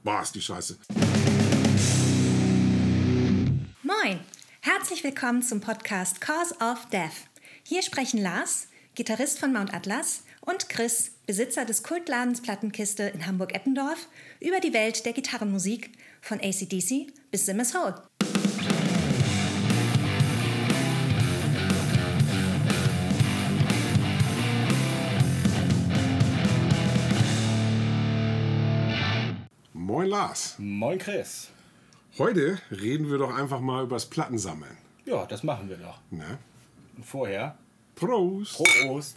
Boah, ist die Scheiße. Moin, herzlich willkommen zum Podcast Cause of Death. Hier sprechen Lars, Gitarrist von Mount Atlas, und Chris, Besitzer des Kultladens Plattenkiste in Hamburg-Eppendorf, über die Welt der Gitarrenmusik von AC/DC bis Simmers Hole. Moin Lars. Moin Chris. Heute reden wir doch einfach mal übers Plattensammeln. Ja, das machen wir doch. Ne? Und vorher, Prost. Prost.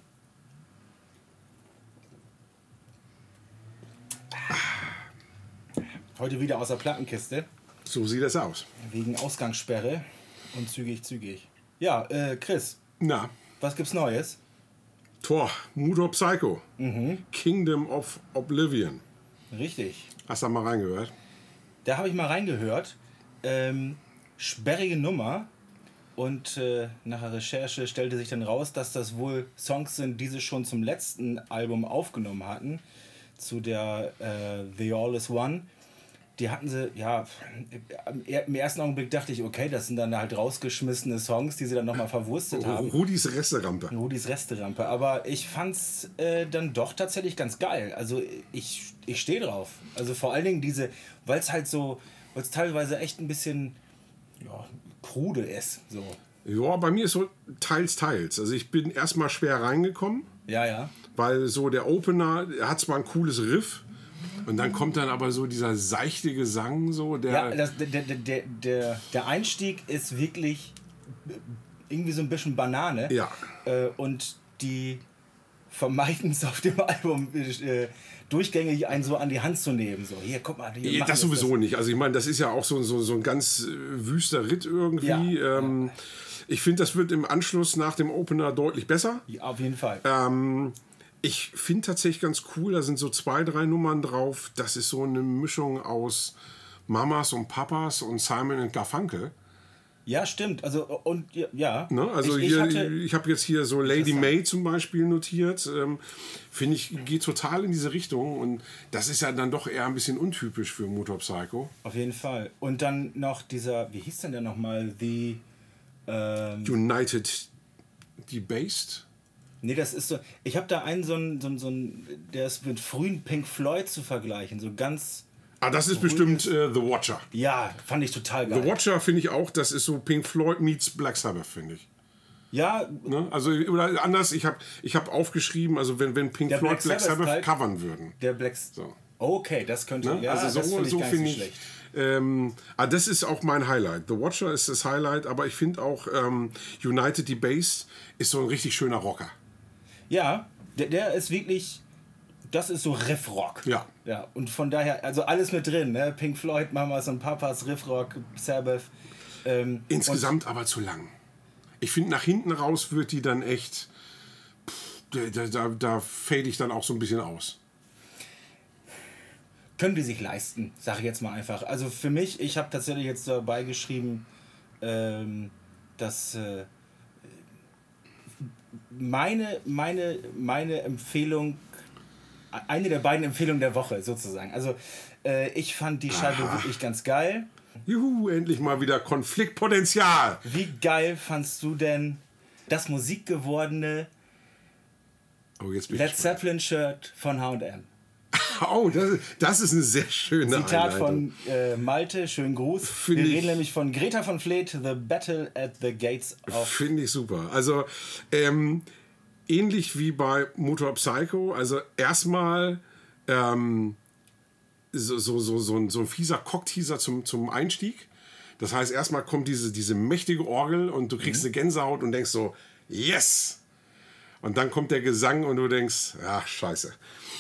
Heute wieder aus der Plattenkiste, So sieht das aus. wegen Ausgangssperre und zügig. Ja, Chris, Na, was gibt's Neues? Mood of Psycho. Kingdom of Oblivion. Richtig. Hast du da mal reingehört? Da habe ich mal reingehört. Sperrige Nummer. Und nach der Recherche stellte sich dann raus, dass das wohl Songs sind, die sie schon zum letzten Album aufgenommen hatten. Zu der The All Is One. Die hatten sie, ja, im ersten Augenblick dachte ich, okay, das sind dann halt rausgeschmissene Songs, die sie dann nochmal verwurstet haben. Rudis Resterampe. Rudis Resterampe. Aber ich fand's dann doch tatsächlich ganz geil. Also ich stehe drauf. Also vor allen Dingen weil es teilweise echt ein bisschen krude ist. So. Ja, bei mir ist so teils. Also ich bin erstmal schwer reingekommen, Ja. weil so der Opener, er hat zwar ein cooles Riff, und dann kommt dann aber so dieser seichte Gesang, so der... Ja, der Einstieg ist wirklich irgendwie so ein bisschen Banane. Ja. Und die vermeiden es auf dem Album durchgängig einen so an die Hand zu nehmen. So, hier, guck mal. Hier, Das sowieso nicht. Also ich meine, das ist ja auch so ein ganz wüster Ritt irgendwie. Ja. Ich finde, das wird im Anschluss nach dem Opener deutlich besser. Ja, auf jeden Fall. Ich finde tatsächlich ganz cool, da sind so 2, 3 Nummern drauf. Das ist so eine Mischung aus Mamas und Papas und Simon und Garfunkel. Ja, stimmt. Also, und ja. Ne? Also ich habe jetzt hier so Lady May zum Beispiel notiert. Finde ich, geht total in diese Richtung. Und das ist ja dann doch eher ein bisschen untypisch für Mood of Psycho. Auf jeden Fall. Und dann noch dieser, wie hieß denn der nochmal? United Debased. Nee, das ist so. Ich habe da einen der ist mit frühen Pink Floyd zu vergleichen. So ganz. Das ist bestimmt The Watcher. Ja, fand ich total geil. The Watcher finde ich auch, das ist so Pink Floyd meets Black Sabbath, finde ich. Ja. Ne? Also, oder anders, ich hab aufgeschrieben, also wenn Pink Floyd Black Sabbath covern würden. Der Black. So. Okay, das könnte. Ne? Ja, also so finde ich. Das ist auch mein Highlight. The Watcher ist das Highlight, aber ich finde auch United Debased ist so ein richtig schöner Rocker. Ja, der ist wirklich. Das ist so Riffrock. Ja. Ja. Und von daher, also alles mit drin, ne? Pink Floyd, Mamas und Papas, Riffrock, Sabbath. Insgesamt aber zu lang. Ich finde, nach hinten raus wird die dann echt. Da fade ich dann auch so ein bisschen aus. Können die sich leisten, sage ich jetzt mal einfach. Also für mich, ich habe tatsächlich jetzt dabei geschrieben, dass meine Empfehlung, eine der beiden Empfehlungen der Woche sozusagen. Also ich fand die Scheibe wirklich ganz geil. Juhu, endlich mal wieder Konfliktpotenzial. Wie geil fandst du denn das musikgewordene Led Zeppelin Shirt von H&M? Oh, das ist eine sehr schöne Zitat Einleitung. von Malte, schönen Gruß. Wir reden nämlich von Greta von Fleet, The Battle at the Gates of... Finde ich super. Also, ähnlich wie bei Mood of Psycho, also erstmal so ein fieser Cockteaser zum Einstieg. Das heißt, erstmal kommt diese mächtige Orgel und du kriegst eine Gänsehaut und denkst so, yes! Und dann kommt der Gesang und du denkst, ach, scheiße.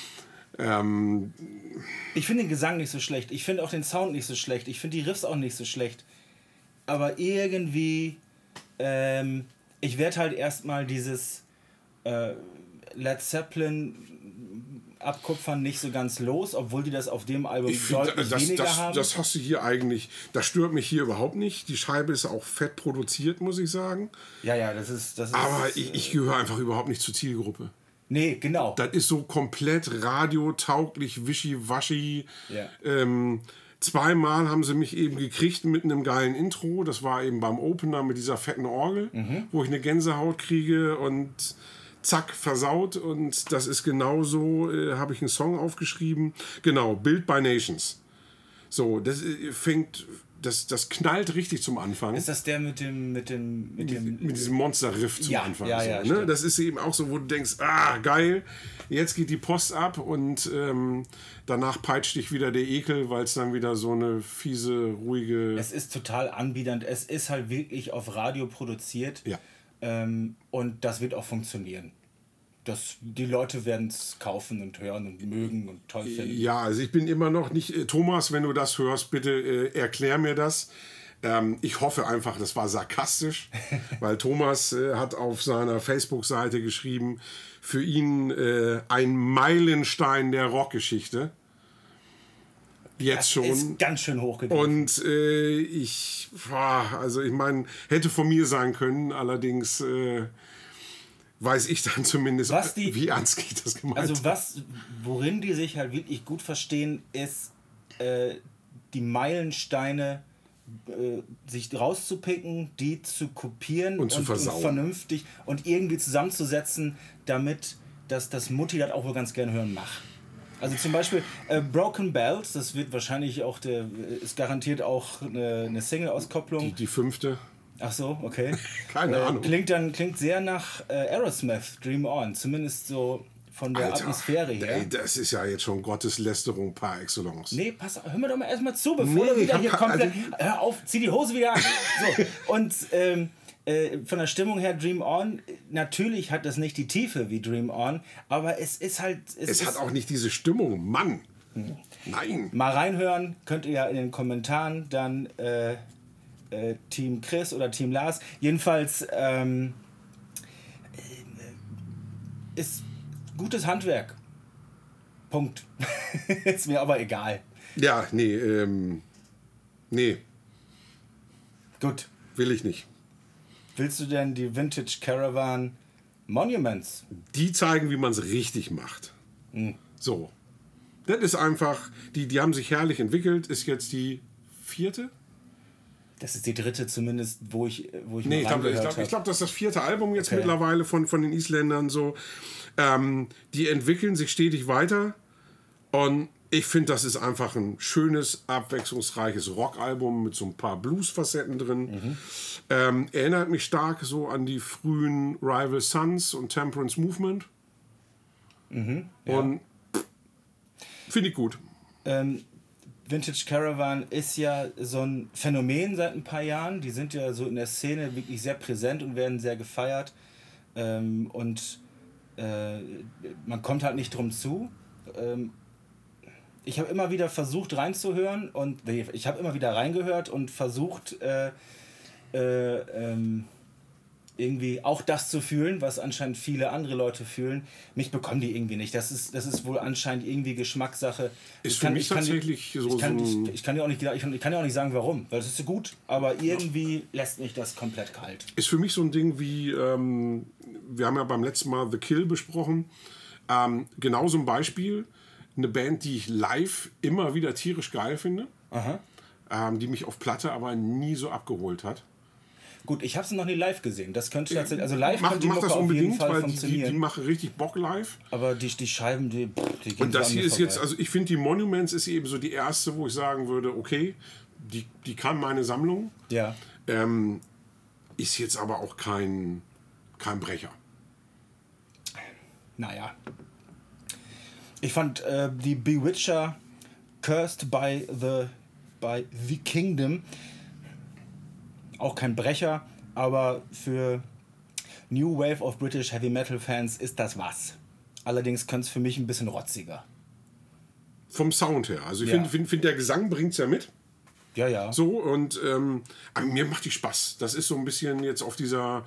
Ich finde den Gesang nicht so schlecht. Ich finde auch den Sound nicht so schlecht. Ich finde die Riffs auch nicht so schlecht. Aber irgendwie, ich werde halt erstmal dieses Led Zeppelin abkupfern nicht so ganz los, obwohl die das auf dem Album deutlich weniger haben. Das hast du hier eigentlich, das stört mich hier überhaupt nicht. Die Scheibe ist auch fett produziert, muss ich sagen. Ja, das ist aber ich gehöre einfach überhaupt nicht zur Zielgruppe. Nee, genau. Das ist so komplett radiotauglich, wischiwaschi. Ja. Zweimal haben sie mich eben gekriegt mit einem geilen Intro. Das war eben beim Opener mit dieser fetten Orgel, wo ich eine Gänsehaut kriege und zack, versaut. Und das ist genauso, habe ich einen Song aufgeschrieben. Genau, Built by Nations. So, das fängt... Das knallt richtig zum Anfang. Ist das der mit diesem Monster-Riff zum Anfang. Ja, so, ne? Das ist eben auch so, wo du denkst, geil, jetzt geht die Post ab und danach peitscht dich wieder der Ekel, weil es dann wieder so eine fiese, ruhige... Es ist total anbiedernd. Es ist halt wirklich auf Radio produziert. Ja. Und das wird auch funktionieren. Die Leute werden es kaufen und hören und mögen und toll finden. Ja, also ich bin immer noch nicht... Thomas, wenn du das hörst, bitte erklär mir das. Ich hoffe einfach, das war sarkastisch, weil Thomas hat auf seiner Facebook-Seite geschrieben, für ihn ein Meilenstein der Rockgeschichte. Jetzt das schon. Ist ganz schön hochgegriffen. Und ich meine, hätte von mir sein können, allerdings... weiß ich dann zumindest, wie ernst geht das gemeint. Also worin die sich halt wirklich gut verstehen, ist die Meilensteine sich rauszupicken, die zu kopieren und zu versauen. Und vernünftig und irgendwie zusammenzusetzen, damit das Mutti das auch wohl ganz gerne hören macht. Also zum Beispiel Broken Bells, das wird wahrscheinlich auch ist garantiert auch eine Single-Auskopplung. Die 5. Ach so, okay. Keine Ahnung. Klingt sehr nach Aerosmith, Dream On. Zumindest so von der Atmosphäre her. Ey, das ist ja jetzt schon Gotteslästerung par excellence. Nee, hör mir doch mal erstmal zu, bevor du wieder hier komplett... hör auf, zieh die Hose wieder an. So, und von der Stimmung her Dream On, natürlich hat das nicht die Tiefe wie Dream On, aber es ist halt... Es hat auch nicht diese Stimmung, Mann. Nein. Mal reinhören, könnt ihr ja in den Kommentaren dann... Team Chris oder Team Lars. Jedenfalls ist gutes Handwerk. Punkt. Ist mir aber egal. Ja, nee. Gut. Will ich nicht. Willst du denn die Vintage Caravan Monuments? Die zeigen, wie man es richtig macht. So. Das ist einfach, die haben sich herrlich entwickelt, ist jetzt die 4. Das ist die 3. zumindest, wo ich nee, mal reingehört habe. Ich glaube, das ist das 4. Album jetzt mittlerweile von den Isländern so. Die entwickeln sich stetig weiter und ich finde, das ist einfach ein schönes, abwechslungsreiches Rockalbum mit so ein paar Blues-Facetten drin. Erinnert mich stark so an die frühen Rival Sons und Temperance Movement. Und finde ich gut. Vintage Caravan ist ja so ein Phänomen seit ein paar Jahren. Die sind ja so in der Szene wirklich sehr präsent und werden sehr gefeiert. Und man kommt halt nicht drum zu. Ich habe immer wieder versucht reinzuhören und ich habe immer wieder reingehört und versucht irgendwie auch das zu fühlen, was anscheinend viele andere Leute fühlen. Mich bekommen die irgendwie nicht. Das ist wohl anscheinend irgendwie Geschmackssache. Ich kann dir auch nicht sagen, warum. Weil es ist so gut, aber irgendwie lässt mich das komplett kalt. Ist für mich so ein Ding wie, wir haben ja beim letzten Mal The Kill besprochen. Genau so ein Beispiel. Eine Band, die ich live immer wieder tierisch geil finde. Die mich auf Platte aber nie so abgeholt hat. Gut, ich habe sie noch nie live gesehen. Das könnte tatsächlich, also live macht das auf jeden unbedingt, Fall weil funktionieren. die machen richtig Bock live. Aber die Scheiben, die gehen und das hier ist vorbei. jetzt, also ich finde die Monuments ist eben so die erste, wo ich sagen würde, okay, die kann meine Sammlung. Ja. Ist jetzt aber auch kein Brecher. Naja. Ich fand die Bewitcher Cursed by the Kingdom auch kein Brecher, aber für New Wave of British Heavy Metal Fans ist das was. Allerdings könnte es für mich ein bisschen rotziger. Vom Sound her. Also ich finde, der Gesang bringt es ja mit. Ja. So, und aber mir macht die Spaß. Das ist so ein bisschen jetzt auf dieser...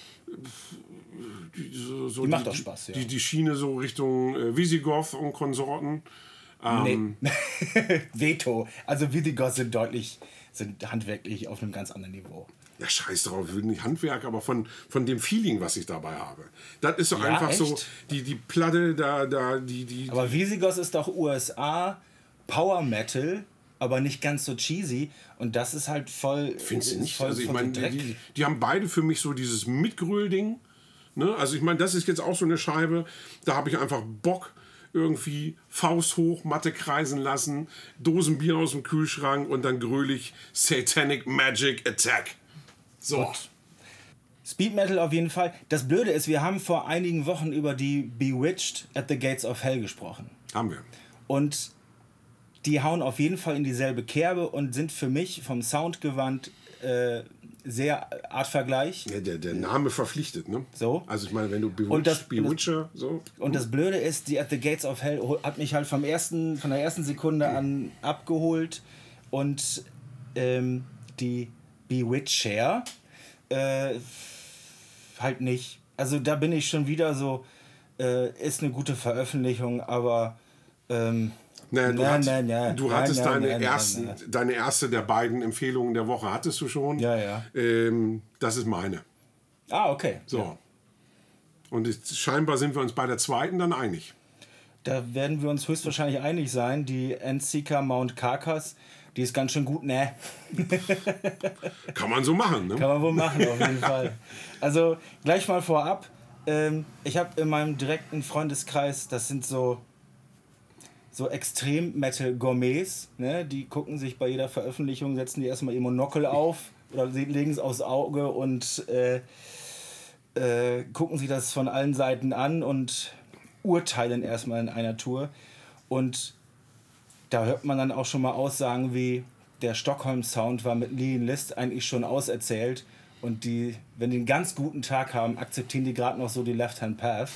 die macht doch Spaß, ja. Die Schiene so Richtung Visigoth und Konsorten. Nee. Veto. Also Visigoth sind handwerklich auf einem ganz anderen Niveau. ja, scheiß drauf, ich will nicht Handwerk, aber von dem Feeling, was ich dabei habe. Das ist doch Ja, einfach echt? so, die Platte, die. Aber Visigoth ist doch USA Power Metal, aber nicht ganz so cheesy. Und das ist halt voll. Findest du ist nicht? voll Also ich von meine, Dreck. die haben beide für mich so dieses Mitgröl-Ding. Ne? Also ich meine, das ist jetzt auch so eine Scheibe, da habe ich einfach Bock, irgendwie Faust hoch, Matte kreisen lassen, Dosenbier aus dem Kühlschrank und dann grölig Satanic Magic Attack. So. Speed Metal auf jeden Fall. Das Blöde ist, wir haben vor einigen Wochen über die Bewitched at the Gates of Hell gesprochen. Haben wir. Und die hauen auf jeden Fall in dieselbe Kerbe und sind für mich vom Soundgewand sehr Artvergleich. Ja, der Name verpflichtet, ne? So. Also ich meine, wenn du Und das- Bewitcher, so. Und das Blöde ist, die At the Gates of Hell hat mich halt von der ersten Sekunde an abgeholt. Und die Bewitcher halt nicht. Also da bin ich schon wieder so, ist eine gute Veröffentlichung, aber Naja, du nein, hattest nein, deine erste der beiden Empfehlungen der Woche hattest du schon. Ja. Das ist meine. Okay. So. Ja. Und scheinbar sind wir uns bei der zweiten dann einig. Da werden wir uns höchstwahrscheinlich einig sein. Die Endseeker Mount Carcass, die ist ganz schön gut, ne? Kann man so machen, ne? Kann man wohl machen, auf jeden Fall. Also gleich mal vorab, ich habe in meinem direkten Freundeskreis, das sind so Extrem-Metal-Gourmets, ne? Die gucken sich bei jeder Veröffentlichung, setzen die erstmal ihr Monokel auf oder legen es aufs Auge und gucken sich das von allen Seiten an und urteilen erstmal in einer Tour. Und da hört man dann auch schon mal Aussagen wie, der Stockholm-Sound war mit Lillian List eigentlich schon auserzählt und wenn die einen ganz guten Tag haben, akzeptieren die gerade noch so die Left-Hand Path.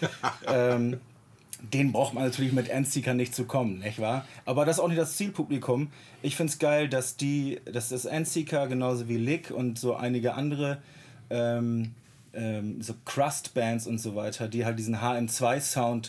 Den braucht man natürlich mit Endseeker nicht zu kommen, nicht wahr? Aber das ist auch nicht das Zielpublikum. Ich finde es geil, dass das Endseeker genauso wie Lick und so einige andere so Crust-Bands und so weiter, die halt diesen HM2-Sound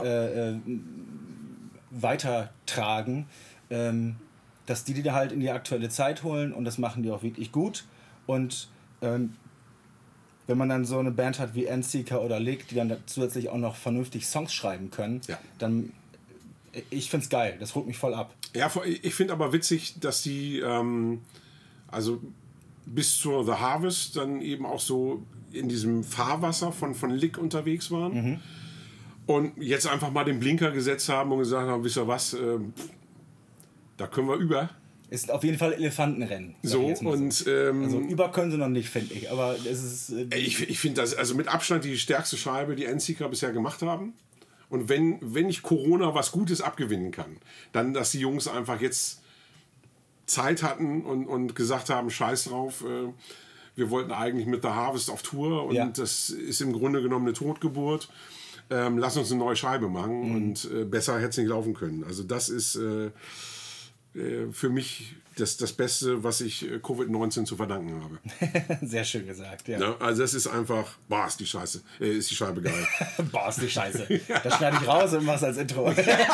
weitertragen, dass die da halt in die aktuelle Zeit holen und das machen die auch wirklich gut. Und wenn man dann so eine Band hat wie Endseeker oder Lick, die dann zusätzlich auch noch vernünftig Songs schreiben können, dann ich find's geil, das holt mich voll ab. Ja, ich finde aber witzig, dass die also bis zur The Harvest dann eben auch so in diesem Fahrwasser von Lick unterwegs waren und jetzt einfach mal den Blinker gesetzt haben und gesagt haben, wisst ihr was, da können wir über. Ist auf jeden Fall Elefantenrennen. So, und also über können sie noch nicht, finde ich. Aber es ist. Ich finde das also mit Abstand die stärkste Scheibe, die Endseeker bisher gemacht haben. Und wenn ich Corona was Gutes abgewinnen kann, dann, dass die Jungs einfach jetzt Zeit hatten und gesagt haben, scheiß drauf, wir wollten eigentlich mit The Harvest auf Tour und das ist im Grunde genommen eine Totgeburt. Lass uns eine neue Scheibe machen und besser hätte es nicht laufen können. Also das ist für mich das Beste, was ich Covid-19 zu verdanken habe. Sehr schön gesagt, ja. Ja, also das ist einfach, boah, ist die Scheibe geil. Boah, ist die Scheiße. Das schneide ich raus und mach's als Intro.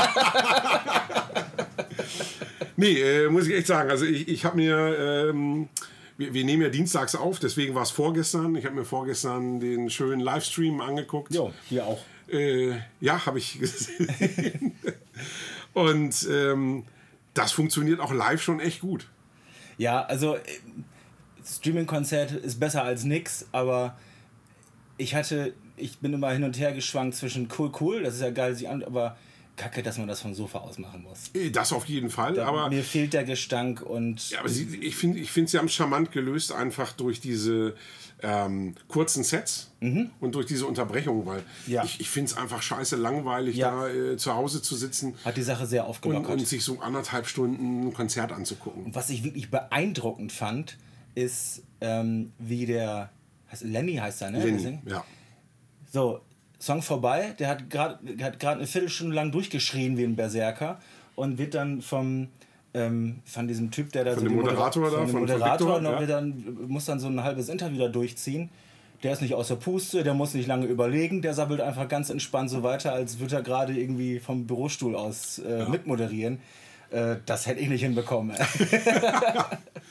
Nee, muss ich echt sagen, also ich habe mir, wir nehmen ja dienstags auf, deswegen war es vorgestern. Ich habe mir vorgestern den schönen Livestream angeguckt. Jo, hier auch. Ja, habe ich gesehen. Und das funktioniert auch live schon echt gut. Ja, also Streaming-Konzert ist besser als nix, aber ich bin immer hin und her geschwankt zwischen cool, das ist ja geil, aber kacke, dass man das vom Sofa aus machen muss. Das auf jeden Fall. Aber mir fehlt der Gestank und... Ja, aber ich finde, sie haben es charmant gelöst, einfach durch diese kurzen Sets und durch diese Unterbrechung, weil ich finde es einfach scheiße langweilig, da zu Hause zu sitzen. Hat die Sache sehr aufgelockert. Und sich so 1,5 Stunden ein Konzert anzugucken. Und was ich wirklich beeindruckend fand, ist, wie der... Lenny heißt er, ne? Lenny, ja. So, Song vorbei, der hat gerade eine Viertelstunde lang durchgeschrien wie ein Berserker und wird dann von diesem Typ, der da von so dem Moderator da, von Moderator Victor, muss dann so ein halbes Interview da durchziehen. Der ist nicht aus der Puste, der muss nicht lange überlegen, der sabbelt einfach ganz entspannt so weiter, als würde er gerade irgendwie vom Bürostuhl aus mitmoderieren. Das hätte ich nicht hinbekommen.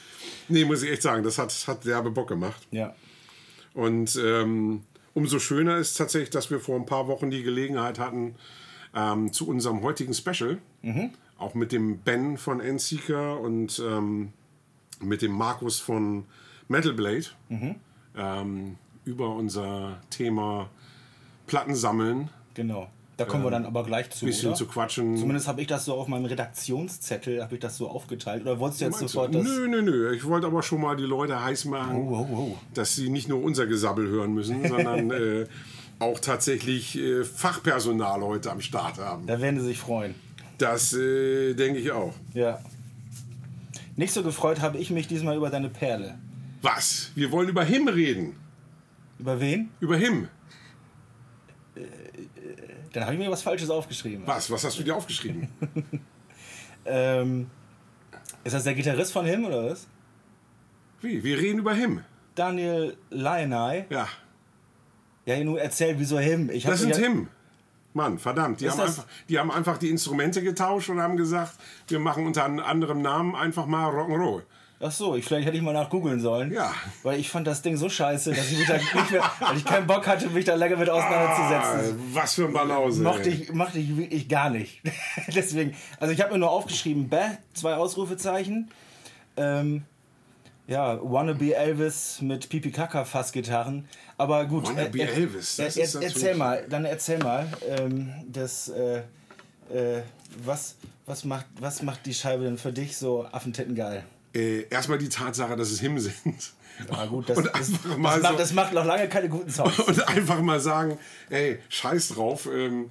Nee, muss ich echt sagen, das hat derbe Bock gemacht. Ja. Und umso schöner ist tatsächlich, dass wir vor ein paar Wochen die Gelegenheit hatten, zu unserem heutigen Special, auch mit dem Ben von Endseeker und mit dem Markus von Metal Blade, über unser Thema Platten sammeln. Genau. Da kommen wir dann aber gleich zu, bisschen oder? zu quatschen. Zumindest habe ich das so auf meinem Redaktionszettel, habe ich das so aufgeteilt. Oder wolltest du jetzt Meinst sofort du? das... Nö. Ich wollte aber schon mal die Leute heiß machen, dass sie nicht nur unser Gesabbel hören müssen, sondern auch tatsächlich Fachpersonal heute am Start haben. Da werden sie sich freuen. Das denke ich auch. Ja. Nicht so gefreut habe ich mich diesmal über deine Perle. Was? Wir wollen über Him reden. Über wen? Über Him. Dann habe ich mir was Falsches aufgeschrieben. Was? Was hast du dir aufgeschrieben? Ist das der Gitarrist von Him oder was? Wie? Wir reden über Him. Daniel Lioneye. Ja. Ja, nun erzähl, wieso Him? Das sind Him. Mann, verdammt. Die haben einfach die Instrumente getauscht und haben gesagt, wir machen unter einem anderen Namen einfach mal Rock'n'Roll. Ach so, vielleicht hätte ich mal nach googeln sollen. Ja. Weil ich fand das Ding so scheiße, dass ich mich da nicht mehr, weil ich keinen Bock hatte, mich da länger mit auseinanderzusetzen. Was für ein Banause. Mochte ich wirklich gar nicht. Deswegen, also ich habe mir nur aufgeschrieben, 2 Ausrufezeichen. Ja, Wannabe Elvis mit Pipi Kaka Fassgitarren. Aber gut. Wannabe Elvis, das ist erzähl mal. Was macht die Scheibe denn für dich so Affentitten geil? Erstmal die Tatsache, dass es Him sind. Ja gut, das macht noch lange keine guten Songs. Und einfach mal sagen, ey, scheiß drauf.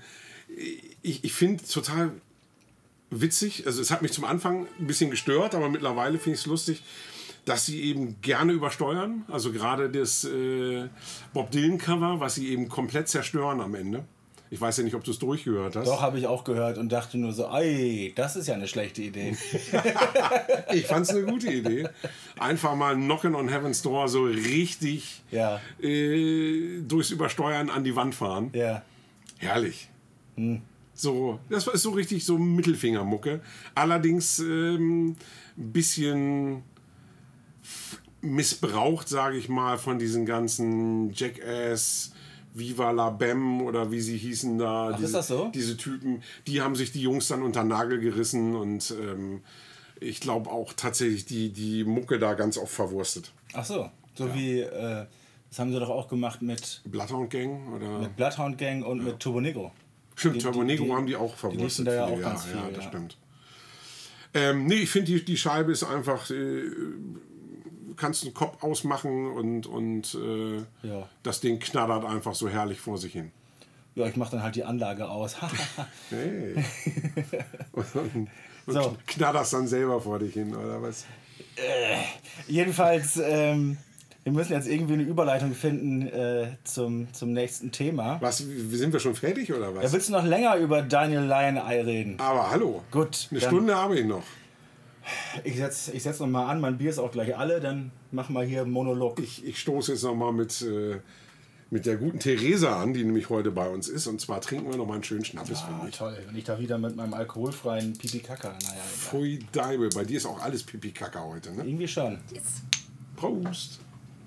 Ich finde total witzig, also es hat mich zum Anfang ein bisschen gestört, aber mittlerweile finde ich es lustig, dass sie eben gerne übersteuern. Also gerade das Bob Dylan Cover, was sie eben komplett zerstören am Ende. Ich weiß ja nicht, ob du es durchgehört hast. Doch, habe ich auch gehört und dachte nur so, ey, das ist ja eine schlechte Idee. Ich fand es eine gute Idee. Einfach mal Knockin' on Heaven's Door so richtig durchs Übersteuern an die Wand fahren. Ja. Herrlich. So, das ist so richtig so Mittelfingermucke. Allerdings ein bisschen missbraucht, sage ich mal, von diesen ganzen Jackass, Viva la Bam oder wie sie hießen da. Ach, ist das so? Diese Typen, die haben sich die Jungs dann unter den Nagel gerissen und ich glaube auch tatsächlich die Mucke da ganz oft verwurstet. Ach so, wie, das haben sie doch auch gemacht mit Bloodhound Gang oder? Mit Bloodhound Gang und mit Turbo Negro. Stimmt, Turbo Negro haben die auch verwurstet. Die da ja auch ganz viel. Ja, das stimmt. Nee, ich finde die Scheibe ist einfach, kannst einen Kopf ausmachen und das Ding knattert einfach so herrlich vor sich hin. Ja, ich mache dann halt die Anlage aus. Hey. und so. knatterst dann selber vor dich hin, oder was? Jedenfalls, wir müssen jetzt irgendwie eine Überleitung finden zum nächsten Thema. Was, sind wir schon fertig, oder was? Ja, willst du noch länger über Daniel Lioneye reden? Aber hallo. Gut. Eine Stunde habe ich noch. Ich setz noch mal an, mein Bier ist auch gleich alle, dann machen wir hier einen Monolog. Ich stoße jetzt noch mal mit der guten Theresa an, die nämlich heute bei uns ist. Und zwar trinken wir noch mal einen schönen Schnappes, finde ich. Toll, wenn ich da wieder mit meinem alkoholfreien Pipi-Kaka, naja. Pfui Deibe, bei dir ist auch alles Pipi-Kaka heute, ne? Irgendwie schon. Yes. Prost.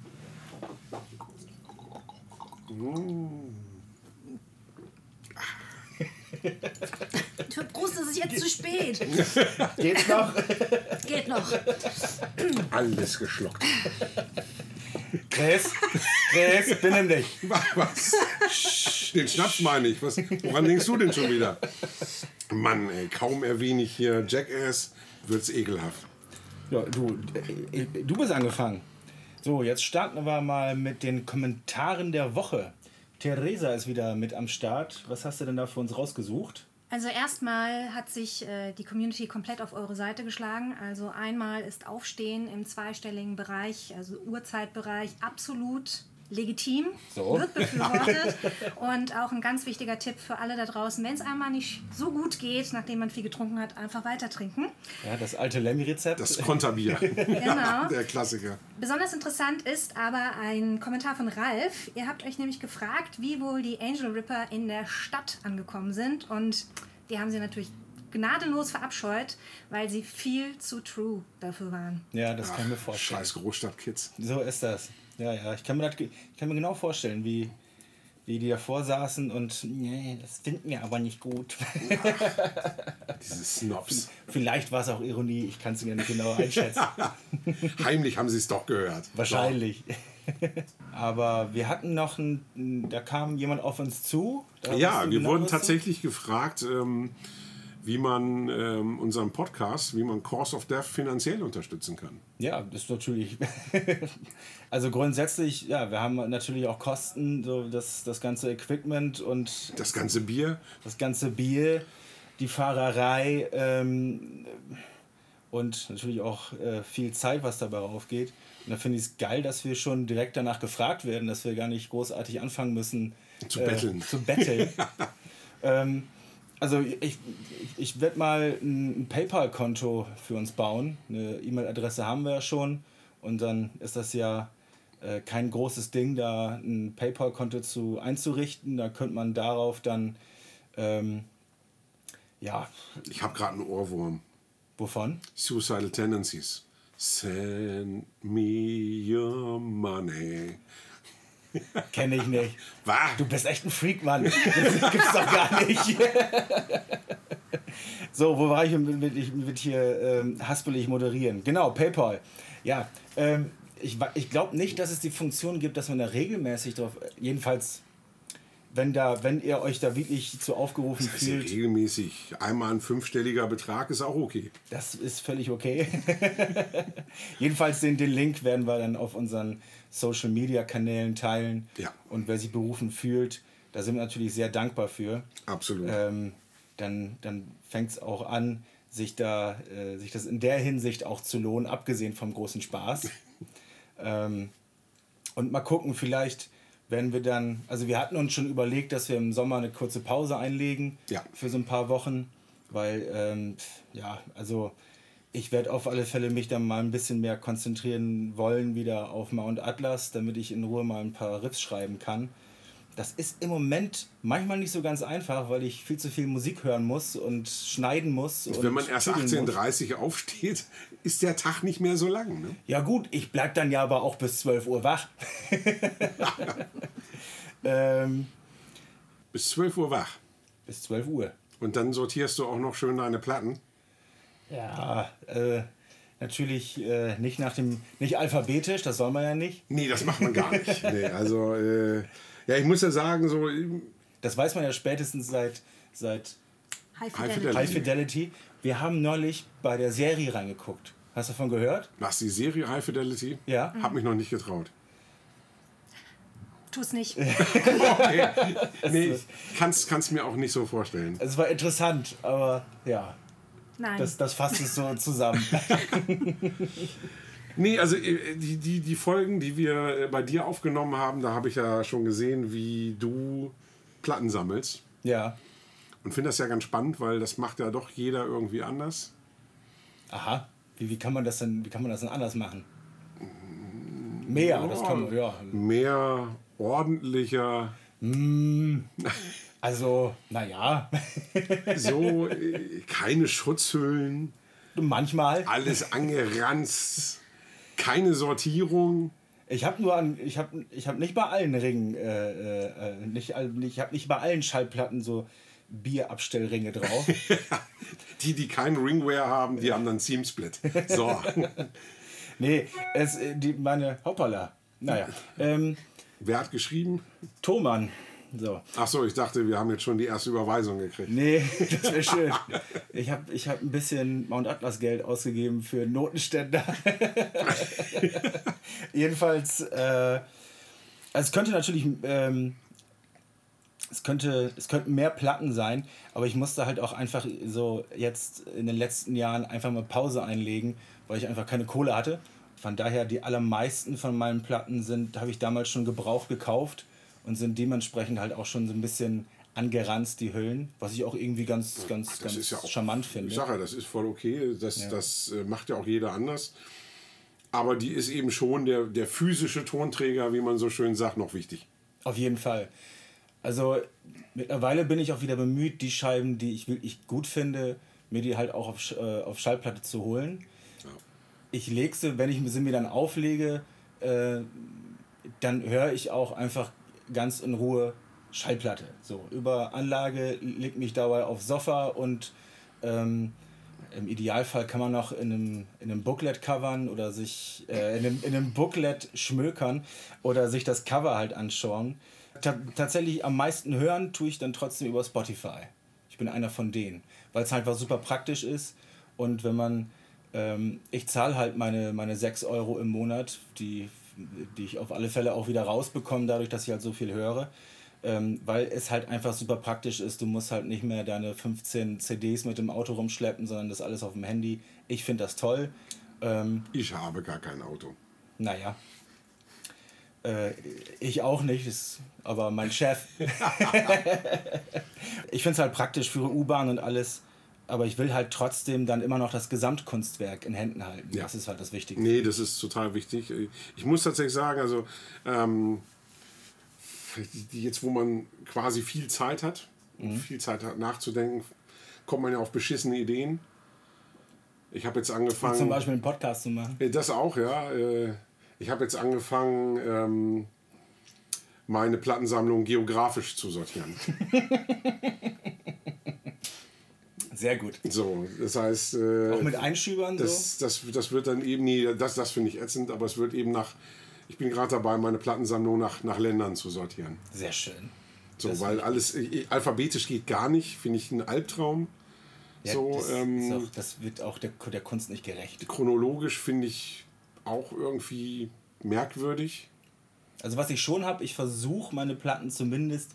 Für Prost, ist es jetzt zu spät. Geht's noch? Geht noch. Alles geschluckt. Chris, benimm dich. Was? Den Schnaps meine ich. Woran denkst du denn schon wieder? Mann, ey, kaum erwähne ich hier Jackass, wird's ekelhaft. Ja, du bist angefangen. So, jetzt starten wir mal mit den Kommentaren der Woche. Theresa ist wieder mit am Start. Was hast du denn da für uns rausgesucht? Also erstmal hat sich die Community komplett auf eure Seite geschlagen. Also einmal ist Aufstehen im zweistelligen Bereich, also Uhrzeitbereich, absolut legitim, wird befürwortet. Und auch ein ganz wichtiger Tipp für alle da draußen, wenn es einmal nicht so gut geht, nachdem man viel getrunken hat, einfach weiter trinken. Ja, das alte Lemmy-Rezept. Das Konterbier. Genau. Der Klassiker. Besonders interessant ist aber ein Kommentar von Ralf. Ihr habt euch nämlich gefragt, wie wohl die Angel Ripper in der Stadt angekommen sind. Und die haben sie natürlich gnadenlos verabscheut, weil sie viel zu true dafür waren. Ja, das kann ich mir vorstellen. Scheiß Großstadtkids. So ist das. Ja, ich kann mir genau vorstellen, wie die davor saßen und nee, das finden wir aber nicht gut. Diese Snobs. Vielleicht war es auch Ironie, ich kann es mir nicht genau einschätzen. Heimlich haben sie es doch gehört. Wahrscheinlich. Aber wir hatten noch da kam jemand auf uns zu. Ja, wir wurden tatsächlich gefragt, wie man unseren Podcast, wie man Cause of Death finanziell unterstützen kann. Ja, das ist natürlich. Also grundsätzlich, ja, wir haben natürlich auch Kosten, so das ganze Equipment und das ganze Bier. Das ganze Bier, die Fahrerei und natürlich auch viel Zeit, was dabei raufgeht. Und da finde ich es geil, dass wir schon direkt danach gefragt werden, dass wir gar nicht großartig anfangen müssen zu betteln. Also ich werde mal ein PayPal-Konto für uns bauen. Eine E-Mail-Adresse haben wir ja schon. Und dann ist das ja kein großes Ding, da ein PayPal-Konto einzurichten. Da könnte man darauf dann, ja. Ich habe gerade einen Ohrwurm. Wovon? Suicidal Tendencies. Send me your money. Kenne ich nicht. Was? Du bist echt ein Freak, Mann. Das gibt's doch gar nicht. So, wo war ich mit hier haspelig moderieren? Genau, PayPal. Ja, ich glaube nicht, dass es die Funktion gibt, dass man da regelmäßig drauf, jedenfalls, wenn ihr euch da wirklich zu aufgerufen das fühlt. Ist ja regelmäßig. Einmal ein 5-stelliger Betrag ist auch okay. Das ist völlig okay. Jedenfalls den Link werden wir dann auf unseren Social-Media-Kanälen teilen. Ja. Und wer sich berufen fühlt, da sind wir natürlich sehr dankbar für. Absolut. Dann fängt es auch an, sich das in der Hinsicht auch zu lohnen, abgesehen vom großen Spaß. Und mal gucken, vielleicht werden wir dann, also wir hatten uns schon überlegt, dass wir im Sommer eine kurze Pause einlegen für so ein paar Wochen, weil, also ich werde auf alle Fälle mich dann mal ein bisschen mehr konzentrieren wollen wieder auf Mount Atlas, damit ich in Ruhe mal ein paar Riffs schreiben kann. Das ist im Moment manchmal nicht so ganz einfach, weil ich viel zu viel Musik hören muss und schneiden muss. Und wenn man erst 18:30 Uhr aufsteht, ist der Tag nicht mehr so lang. Ne? Ja gut, ich bleib dann ja aber auch bis 12 Uhr wach. Bis 12 Uhr wach? Bis 12 Uhr. Und dann sortierst du auch noch schön deine Platten? Ja, natürlich nicht nicht alphabetisch, das soll man ja nicht. Nee, das macht man gar nicht. Nee, also, ja, ich muss ja sagen, so. Das weiß man ja spätestens seit High Fidelity. Wir haben neulich bei der Serie reingeguckt. Hast du davon gehört? Was, die Serie High Fidelity? Ja. Hab mich noch nicht getraut. Tu's nicht. Okay. Nee, kann's mir auch nicht so vorstellen. Es war interessant, aber ja. Nein. Das fasst es so zusammen. Nee, also die Folgen, die wir bei dir aufgenommen haben, da habe ich ja schon gesehen, wie du Platten sammelst. Ja. Und finde das ja ganz spannend, weil das macht ja doch jeder irgendwie anders. Aha. Wie kann man das denn anders machen? Mehr, das kann man, ja. Mehr, ordentlicher. Also, naja. So, keine Schutzhüllen. Manchmal. Alles angeranzt. Keine Sortierung. Ich habe nicht bei allen Ringen, ich habe nicht bei allen Schallplatten so Bierabstellringe drauf. Die keinen Ringware haben, die haben dann Seamsplit. So. Nee, hoppala. Naja. Wer hat geschrieben? Thomann. So. Ach so, ich dachte, wir haben jetzt schon die erste Überweisung gekriegt. Nee, das wäre schön. Ich hab ein bisschen Mount Atlas Geld ausgegeben für Notenständer. Jedenfalls, es könnte natürlich, es könnten mehr Platten sein, aber ich musste halt auch einfach so jetzt in den letzten Jahren einfach mal Pause einlegen, weil ich einfach keine Kohle hatte. Von daher, die allermeisten von meinen Platten habe ich damals schon gebraucht gekauft und sind dementsprechend halt auch schon so ein bisschen angeranzt, die Hüllen, was ich auch irgendwie ganz ja auch charmant finde. Ich sage ja, das ist voll okay, das macht ja auch jeder anders. Aber die ist eben schon der physische Tonträger, wie man so schön sagt, noch wichtig. Auf jeden Fall. Also mittlerweile bin ich auch wieder bemüht, die Scheiben, die ich wirklich gut finde, mir die halt auch auf Schallplatte zu holen. Ja. Ich lege sie, wenn ich sie mir dann auflege, dann höre ich auch einfach ganz in Ruhe Schallplatte. So, über Anlage, leg mich dabei aufs Sofa und im Idealfall kann man noch in einem Booklet covern oder sich in einem Booklet schmökern oder sich das Cover halt anschauen. Tatsächlich am meisten hören tue ich dann trotzdem über Spotify. Ich bin einer von denen, weil es halt einfach super praktisch ist und wenn man ich zahle halt meine 6 Euro im Monat, die ich auf alle Fälle auch wieder rausbekomme, dadurch, dass ich halt so viel höre. Weil es halt einfach super praktisch ist. Du musst halt nicht mehr deine 15 CDs mit dem Auto rumschleppen, sondern das alles auf dem Handy. Ich finde das toll. Ich habe gar kein Auto. Naja. Ich auch nicht, aber mein Chef. Ich finde es halt praktisch für U-Bahn und alles. Aber ich will halt trotzdem dann immer noch das Gesamtkunstwerk in Händen halten. Ja. Das ist halt das Wichtigste. Nee, das ist total wichtig. Ich muss tatsächlich sagen, also jetzt, wo man quasi viel Zeit hat, viel Zeit hat nachzudenken, kommt man ja auf beschissene Ideen. Ich habe jetzt angefangen... Wie zum Beispiel einen Podcast zu machen. Das auch, ja. Ich habe jetzt angefangen, meine Plattensammlung geografisch zu sortieren. Sehr gut. So, das heißt... auch mit Einschübern? Das wird dann eben... Nee, das finde ich ätzend, aber es wird eben nach... Ich bin gerade dabei, meine Plattensammlung nach Ländern zu sortieren. Sehr schön. So, weil alles alphabetisch geht gar nicht, finde ich ein Albtraum. Ja, so, das wird auch der Kunst nicht gerecht. Chronologisch finde ich auch irgendwie merkwürdig. Also was ich schon habe, ich versuche meine Platten zumindest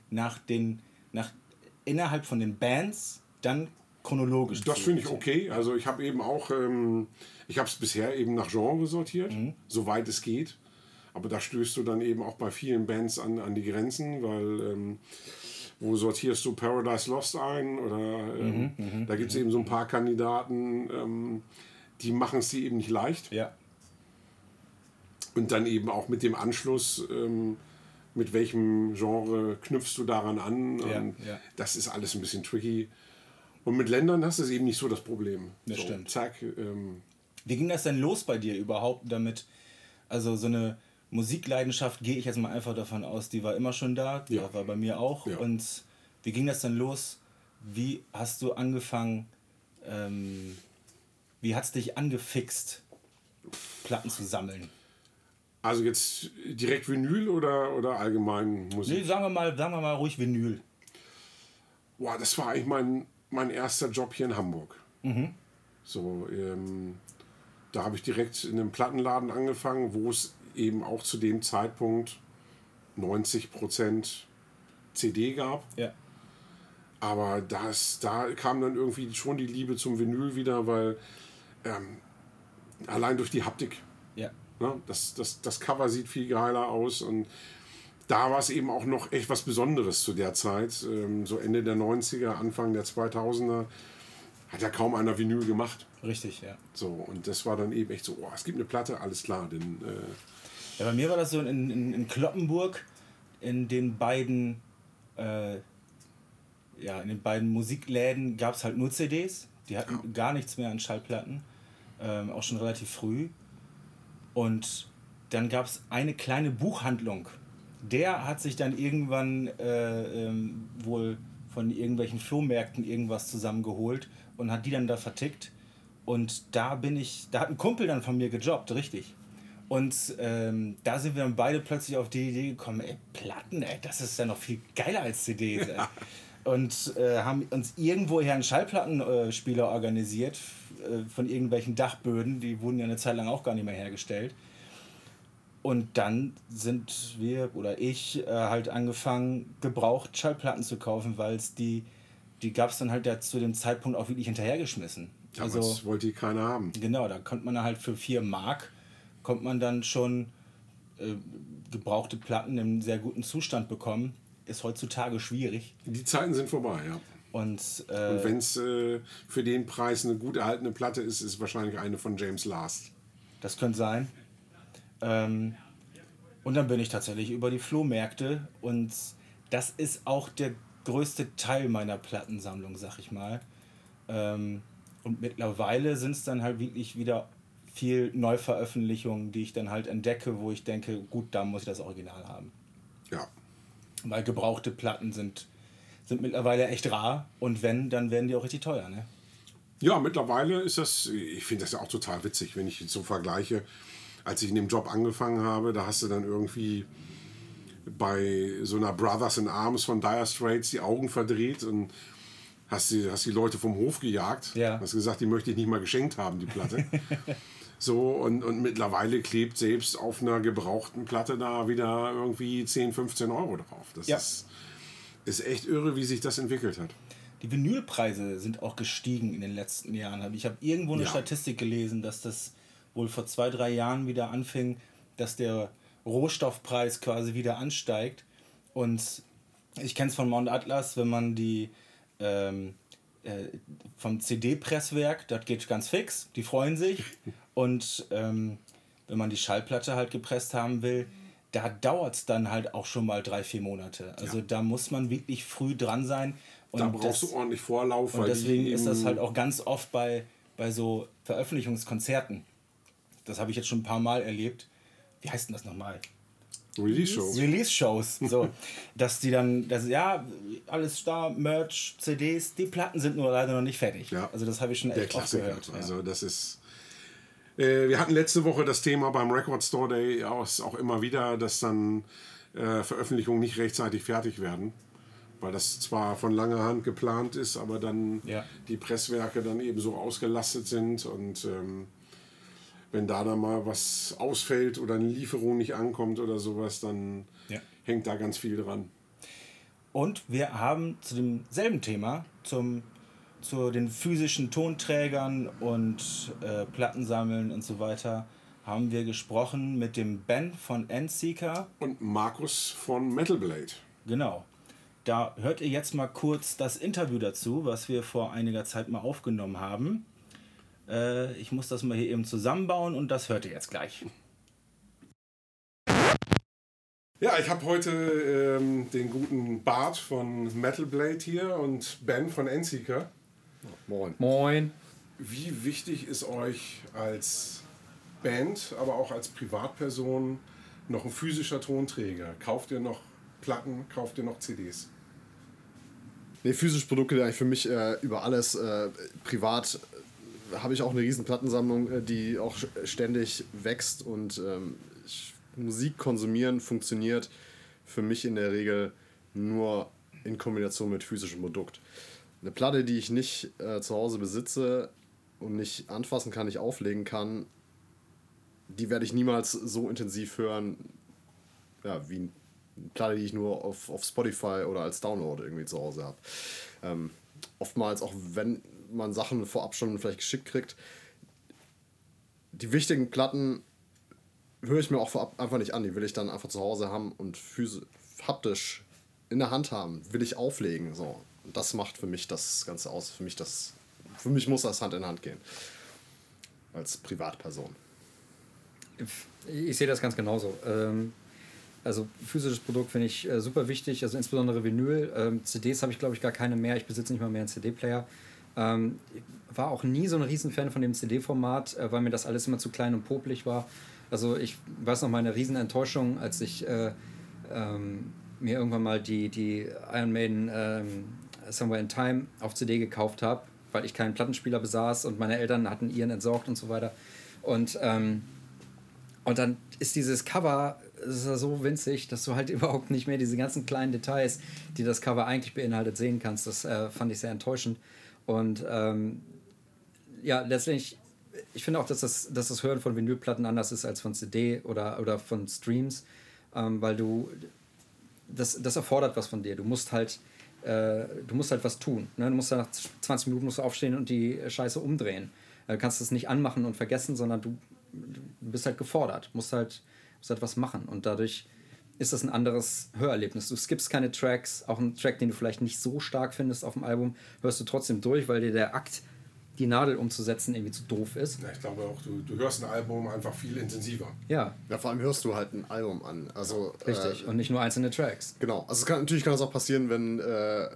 innerhalb von den Bands dann chronologisch Das finde ich okay. Also ich habe eben auch, ich habe es bisher eben nach Genre sortiert, soweit es geht. Aber da stößt du dann eben auch bei vielen Bands an die Grenzen, weil wo sortierst du Paradise Lost ein? Oder da gibt es eben so ein paar Kandidaten, die machen es dir eben nicht leicht. Ja. Und dann eben auch mit dem Anschluss, mit welchem Genre knüpfst du daran an? Ja. Das ist alles ein bisschen tricky. Und mit Ländern hast du es eben nicht so das Problem. Das so, stimmt. Zack. Wie ging das denn los bei dir überhaupt damit? Also so eine Musikleidenschaft, gehe ich jetzt mal einfach davon aus, die war immer schon da, die war bei mir auch. Ja. Und wie ging das denn los? Wie hast du angefangen, wie hat es dich angefixt, Platten zu sammeln? Also jetzt direkt Vinyl oder allgemein Musik? Nee, sagen wir mal ruhig Vinyl. Boah, das war eigentlich mein erster Job hier in Hamburg. So, da habe ich direkt in einem Plattenladen angefangen, wo es eben auch zu dem Zeitpunkt 90% CD gab. Ja. Aber da kam dann irgendwie schon die Liebe zum Vinyl wieder, weil allein durch die Haptik. Ja. Ne, das Cover sieht viel geiler aus und da war es eben auch noch echt was Besonderes zu der Zeit. So Ende der 90er, Anfang der 2000er hat ja kaum einer Vinyl gemacht. Richtig, ja. So, und das war dann eben echt so, es gibt eine Platte, alles klar. Denn, ja, bei mir war das so in Cloppenburg, in den beiden Musikläden gab es halt nur CDs. Die hatten gar nichts mehr an Schallplatten, auch schon relativ früh. Und dann gab es eine kleine Buchhandlung. Der hat sich dann irgendwann wohl von irgendwelchen Flohmärkten irgendwas zusammengeholt und hat die dann da vertickt. Und da hat ein Kumpel dann von mir gejobbt, richtig. Und da sind wir dann beide plötzlich auf die Idee gekommen, Platten, das ist ja noch viel geiler als CDs. Und haben uns irgendwoher einen Schallplattenspieler organisiert von irgendwelchen Dachböden, die wurden ja eine Zeit lang auch gar nicht mehr hergestellt. Und dann sind wir oder ich halt angefangen, gebraucht Schallplatten zu kaufen, weil es die gab es dann halt ja zu dem Zeitpunkt auch wirklich hinterhergeschmissen. damals wollte die keiner haben. Genau, da konnte man halt für 4 Mark kommt man dann schon gebrauchte Platten im sehr guten Zustand bekommen. Ist heutzutage schwierig. Die Zeiten sind vorbei, ja. Und wenn es für den Preis eine gut erhaltene Platte ist, ist es wahrscheinlich eine von James Last. Das könnte sein. Und dann bin ich tatsächlich über die Flohmärkte und das ist auch der größte Teil meiner Plattensammlung, sag ich mal. Und mittlerweile sind es dann halt wirklich wieder viel Neuveröffentlichungen, die ich dann halt entdecke, wo ich denke, gut, da muss ich das Original haben. Ja. Weil gebrauchte Platten sind mittlerweile echt rar und wenn, dann werden die auch richtig teuer, ne? Ja, mittlerweile ist das, ich finde das ja auch total witzig, wenn ich so vergleiche, als ich in dem Job angefangen habe, da hast du dann irgendwie bei so einer Brothers in Arms von Dire Straits die Augen verdreht und hast die Leute vom Hof gejagt. Ja. Hast gesagt, die möchte ich nicht mal geschenkt haben, die Platte. So, und mittlerweile klebt selbst auf einer gebrauchten Platte da wieder irgendwie 10, 15 Euro drauf. Das ist echt irre, wie sich das entwickelt hat. Die Vinylpreise sind auch gestiegen in den letzten Jahren. Ich habe irgendwo eine Statistik gelesen, dass das wohl vor 2, 3 Jahren wieder anfing, dass der Rohstoffpreis quasi wieder ansteigt. Und ich kenne es von Mount Atlas, wenn man die vom CD-Presswerk, das geht ganz fix, die freuen sich. Und wenn man die Schallplatte halt gepresst haben will, da dauert es dann halt auch schon mal 3, 4 Monate. Also da muss man wirklich früh dran sein. Und da brauchst du ordentlich Vorlauf. Und deswegen ist das halt auch ganz oft bei so Veröffentlichungskonzerten. Das habe ich jetzt schon ein paar Mal erlebt. Wie heißt denn das nochmal? Release-Shows. So, dass die dann, alles da, Merch, CDs, die Platten sind nur leider noch nicht fertig. Ja. Also das habe ich schon echt oft gehört. Also das ist... wir hatten letzte Woche das Thema beim Record Store Day auch immer wieder, dass dann Veröffentlichungen nicht rechtzeitig fertig werden. Weil das zwar von langer Hand geplant ist, aber dann die Presswerke dann eben so ausgelastet sind und wenn da dann mal was ausfällt oder eine Lieferung nicht ankommt oder sowas, dann hängt da ganz viel dran. Und wir haben zu demselben Thema, zu den physischen Tonträgern und Plattensammeln und so weiter, haben wir gesprochen mit dem Ben von Endseeker. Und Markus von Metal Blade. Genau. Da hört ihr jetzt mal kurz das Interview dazu, was wir vor einiger Zeit mal aufgenommen haben. Ich muss das mal hier eben zusammenbauen und das hört ihr jetzt gleich. Ja, ich habe heute den guten Bart von Metal Blade hier und Ben von Endseeker. Moin. Moin. Wie wichtig ist euch als Band, aber auch als Privatperson noch ein physischer Tonträger? Kauft ihr noch Platten, kauft ihr noch CDs? Nee, physische Produkte eigentlich für mich über alles. Privat habe ich auch eine riesen Plattensammlung, die auch ständig wächst und Musik konsumieren funktioniert für mich in der Regel nur in Kombination mit physischem Produkt. Eine Platte, die ich nicht zu Hause besitze und nicht anfassen kann, nicht auflegen kann, die werde ich niemals so intensiv hören, wie eine Platte, die ich nur auf Spotify oder als Download irgendwie zu Hause habe. Oftmals, auch wenn man Sachen vorab schon vielleicht geschickt kriegt, die wichtigen Platten höre ich mir auch vorab einfach nicht an. Die will ich dann einfach zu Hause haben und haptisch in der Hand haben. Will ich auflegen. So. Und das macht für mich das Ganze aus. Für mich muss das Hand in Hand gehen. Als Privatperson. Ich sehe das ganz genauso. Also physisches Produkt finde ich super wichtig, also insbesondere Vinyl. CDs habe ich, glaube ich, gar keine mehr. Ich besitze nicht mal mehr einen CD-Player. Ich war auch nie so ein Riesenfan von dem CD-Format, weil mir das alles immer zu klein und popelig war. Also ich weiß noch, meine Riesenenttäuschung, als ich mir irgendwann mal die Iron Maiden Somewhere in Time auf CD gekauft habe, weil ich keinen Plattenspieler besaß und meine Eltern hatten ihren entsorgt und so weiter. Und dann ist dieses Cover ist ja so winzig, dass du halt überhaupt nicht mehr diese ganzen kleinen Details, die das Cover eigentlich beinhaltet, sehen kannst. Das fand ich sehr enttäuschend. Und letztlich, ich finde auch, dass das Hören von Vinylplatten anders ist als von CD oder von Streams, weil das erfordert was von dir. Du musst halt was tun. Ne? Du musst nach 20 Minuten aufstehen und die Scheiße umdrehen. Du kannst das nicht anmachen und vergessen, sondern du bist halt gefordert. Musst halt was machen. Und dadurch ist das ein anderes Hörerlebnis. Du skippst keine Tracks. Auch einen Track, den du vielleicht nicht so stark findest auf dem Album, hörst du trotzdem durch, weil dir der Akt, die Nadel umzusetzen, irgendwie zu doof ist. Ja, ich glaube auch, du hörst ein Album einfach viel intensiver. Ja. Ja, vor allem hörst du halt ein Album an. Also, richtig, und nicht nur einzelne Tracks. Genau. Also natürlich kann das auch passieren, wenn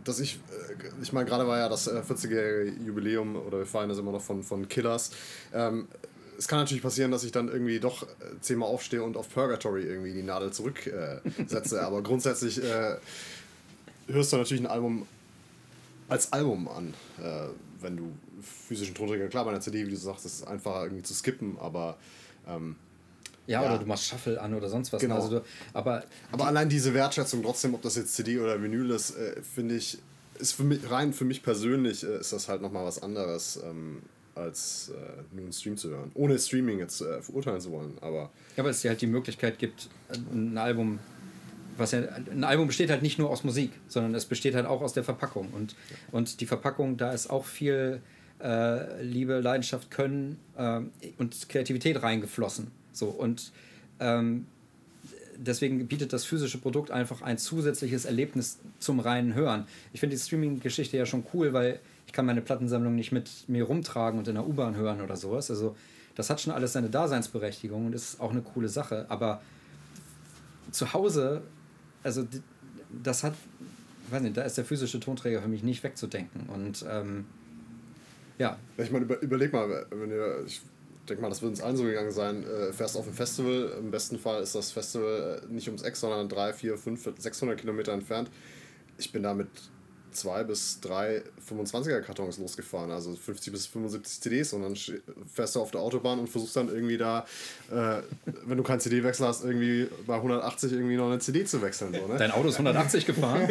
ich meine, gerade war ja das 40-jährige Jubiläum, oder wir feiern das immer noch von Killers. Es kann natürlich passieren, dass ich dann irgendwie doch 10-mal aufstehe und auf Purgatory irgendwie die Nadel zurücksetze, aber grundsätzlich hörst du natürlich ein Album als Album an, wenn du physischen Tonträger, klar, bei einer CD, wie du sagst, ist es einfacher irgendwie zu skippen, aber oder du machst Shuffle an oder sonst was. Genau. Also aber allein diese Wertschätzung trotzdem, ob das jetzt CD oder Vinyl ist, finde ich, ist für mich persönlich, ist das halt nochmal was anderes, als nur einen Stream zu hören. Ohne Streaming jetzt verurteilen zu wollen, aber... Ja, weil es dir halt die Möglichkeit gibt, ein Album besteht halt nicht nur aus Musik, sondern es besteht halt auch aus der Verpackung. Und die Verpackung, da ist auch viel Liebe, Leidenschaft, Können und Kreativität reingeflossen. So, und deswegen bietet das physische Produkt einfach ein zusätzliches Erlebnis zum reinen Hören. Ich finde die Streaming-Geschichte ja schon cool, weil ich kann meine Plattensammlung nicht mit mir rumtragen und in der U-Bahn hören oder sowas. Also das hat schon alles seine Daseinsberechtigung und ist auch eine coole Sache. Aber zu Hause, also das hat, weiß nicht, da ist der physische Tonträger für mich nicht wegzudenken. Und ja. Ich meine, überleg mal, ich denke mal, das wird uns allen so gegangen sein, fährst auf ein Festival, im besten Fall ist das Festival nicht ums Eck, sondern 3, 4, 5, 600 Kilometer entfernt. Ich bin da mit 2 bis 3 25er-Kartons losgefahren, also 50 bis 75 CDs, und dann fährst du auf der Autobahn und versuchst dann irgendwie da, wenn du keinen CD-Wechsel hast, irgendwie bei 180 irgendwie noch eine CD zu wechseln. So, ne? Dein Auto ist 180 gefahren?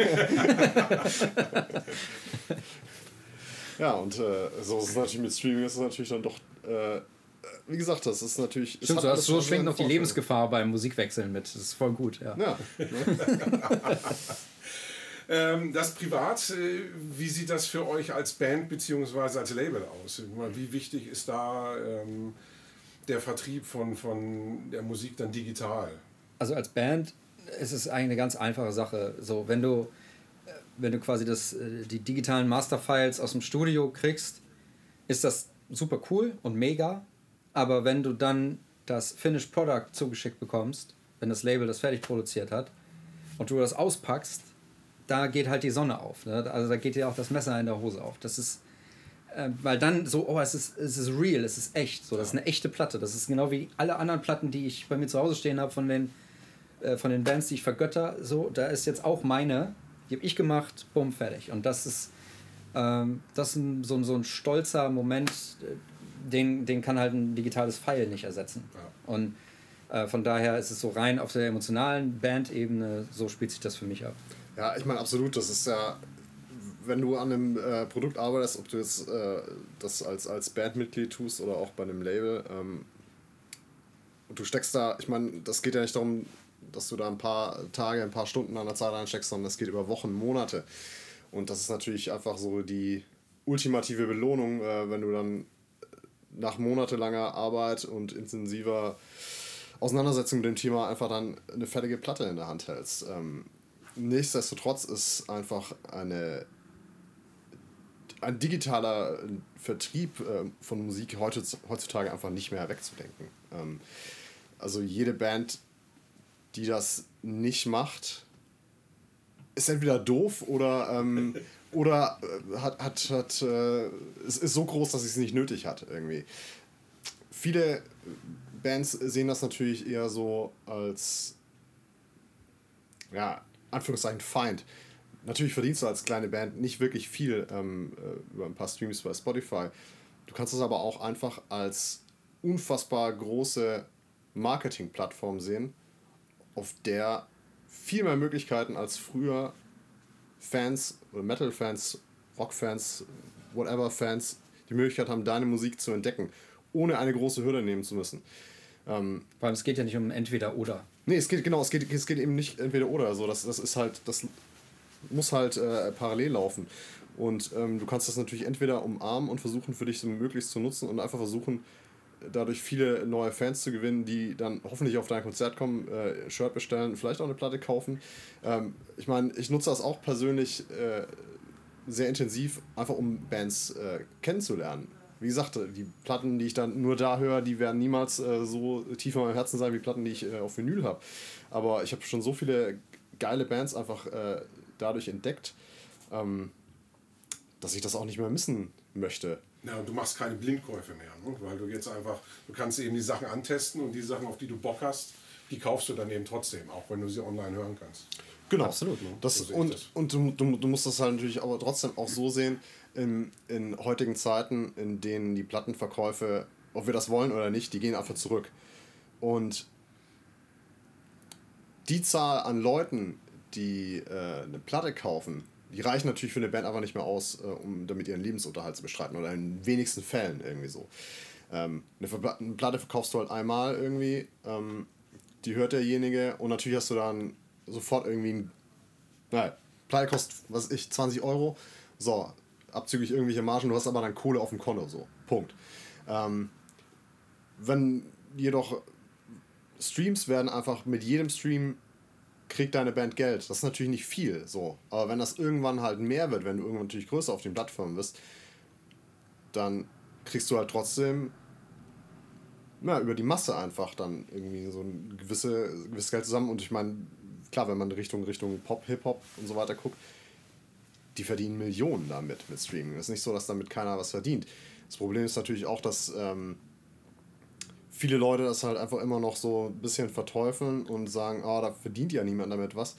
Ja, und so ist es natürlich mit Streaming, ist es natürlich dann doch, wie gesagt, das ist natürlich... Stimmt, so schwingt noch die Lebensgefahr beim Musikwechseln mit, das ist voll gut, ja. Ja, das privat, wie sieht das für euch als Band bzw. als Label aus? Wie wichtig ist da der Vertrieb von der Musik dann digital? Also als Band ist es eigentlich eine ganz einfache Sache. So, wenn du quasi die digitalen Masterfiles aus dem Studio kriegst, ist das super cool und mega. Aber wenn du dann das Finished Product zugeschickt bekommst, wenn das Label das fertig produziert hat und du das auspackst, da geht halt die Sonne auf. Ne? Also da geht dir auch das Messer in der Hose auf. Das ist, weil dann so, es ist real, es ist echt. So, das ist eine echte Platte. Das ist genau wie alle anderen Platten, die ich bei mir zu Hause stehen habe von den Bands, die ich vergötter. So, da ist jetzt auch meine, die habe ich gemacht, bumm, fertig. Und das ist so ein stolzer Moment, den kann halt ein digitales File nicht ersetzen. Ja. Und von daher ist es so rein auf der emotionalen Bandebene, so spielt sich das für mich ab. Ja, ich meine, absolut. Das ist ja, wenn du an einem Produkt arbeitest, ob du jetzt das als Bandmitglied tust oder auch bei einem Label, und du steckst da, ich meine, das geht ja nicht darum, dass du da ein paar Tage, ein paar Stunden an der Zeit reinsteckst, sondern das geht über Wochen, Monate. Und das ist natürlich einfach so die ultimative Belohnung, wenn du dann nach monatelanger Arbeit und intensiver Auseinandersetzung mit dem Thema einfach dann eine fertige Platte in der Hand hältst. Nichtsdestotrotz ist einfach ein digitaler Vertrieb von Musik heutzutage einfach nicht mehr wegzudenken. Also jede Band, die das nicht macht, ist entweder doof oder ist so groß, dass es nicht nötig hat irgendwie. Viele Bands sehen das natürlich eher so als, ja, Anführungszeichen Feind. Natürlich verdienst du als kleine Band nicht wirklich viel über ein paar Streams bei Spotify. Du kannst es aber auch einfach als unfassbar große Marketingplattform sehen, auf der viel mehr Möglichkeiten als früher Fans oder Metal-Fans, Rock-Fans, Whatever-Fans die Möglichkeit haben, deine Musik zu entdecken, ohne eine große Hürde nehmen zu müssen. Vor allem, es geht ja nicht um entweder oder. Nee, es geht eben nicht entweder oder. Also das muss halt parallel laufen. Und du kannst das natürlich entweder umarmen und versuchen, für dich so möglichst zu nutzen und einfach versuchen, dadurch viele neue Fans zu gewinnen, die dann hoffentlich auf dein Konzert kommen, Shirt bestellen, vielleicht auch eine Platte kaufen. Ich meine, ich nutze das auch persönlich sehr intensiv, einfach um Bands kennenzulernen. Wie gesagt, die Platten, die ich dann nur da höre, die werden niemals so tief in meinem Herzen sein wie Platten, die ich auf Vinyl habe. Aber ich habe schon so viele geile Bands einfach dadurch entdeckt. dass ich das auch nicht mehr missen möchte. Ja, und du machst keine Blindkäufe mehr, ne? Weil du jetzt einfach, du kannst eben die Sachen antesten und die Sachen, auf die du Bock hast, die kaufst du dann eben trotzdem, auch wenn du sie online hören kannst. Genau. Absolut. Ne? Das, So und du musst das halt natürlich aber trotzdem auch so sehen, in heutigen Zeiten, in denen die Plattenverkäufe, ob wir das wollen oder nicht, die gehen einfach zurück. Und die Zahl an Leuten, die eine Platte kaufen, die reichen natürlich für eine Band einfach nicht mehr aus, um damit ihren Lebensunterhalt zu bestreiten. Oder in den wenigsten Fällen irgendwie so. Eine Platte verkaufst du halt einmal irgendwie, die hört derjenige und natürlich hast du dann sofort irgendwie Platte kostet, was weiß ich, 20 Euro. So, abzüglich irgendwelche Margen, du hast aber dann Kohle auf dem Konto, so. Punkt. Wenn jedoch Streams werden einfach mit jedem Stream kriegt deine Band Geld. Das ist natürlich nicht viel, so. Aber wenn das irgendwann halt mehr wird, wenn du irgendwann natürlich größer auf den Plattformen bist, dann kriegst du halt trotzdem über die Masse einfach dann irgendwie so ein gewisses Geld zusammen. Und ich meine, klar, wenn man Richtung Pop, Hip-Hop und so weiter guckt, die verdienen Millionen damit mit Streaming. Es ist nicht so, dass damit keiner was verdient. Das Problem ist natürlich auch, dass viele Leute das halt einfach immer noch so ein bisschen verteufeln und sagen, da verdient ja niemand damit was.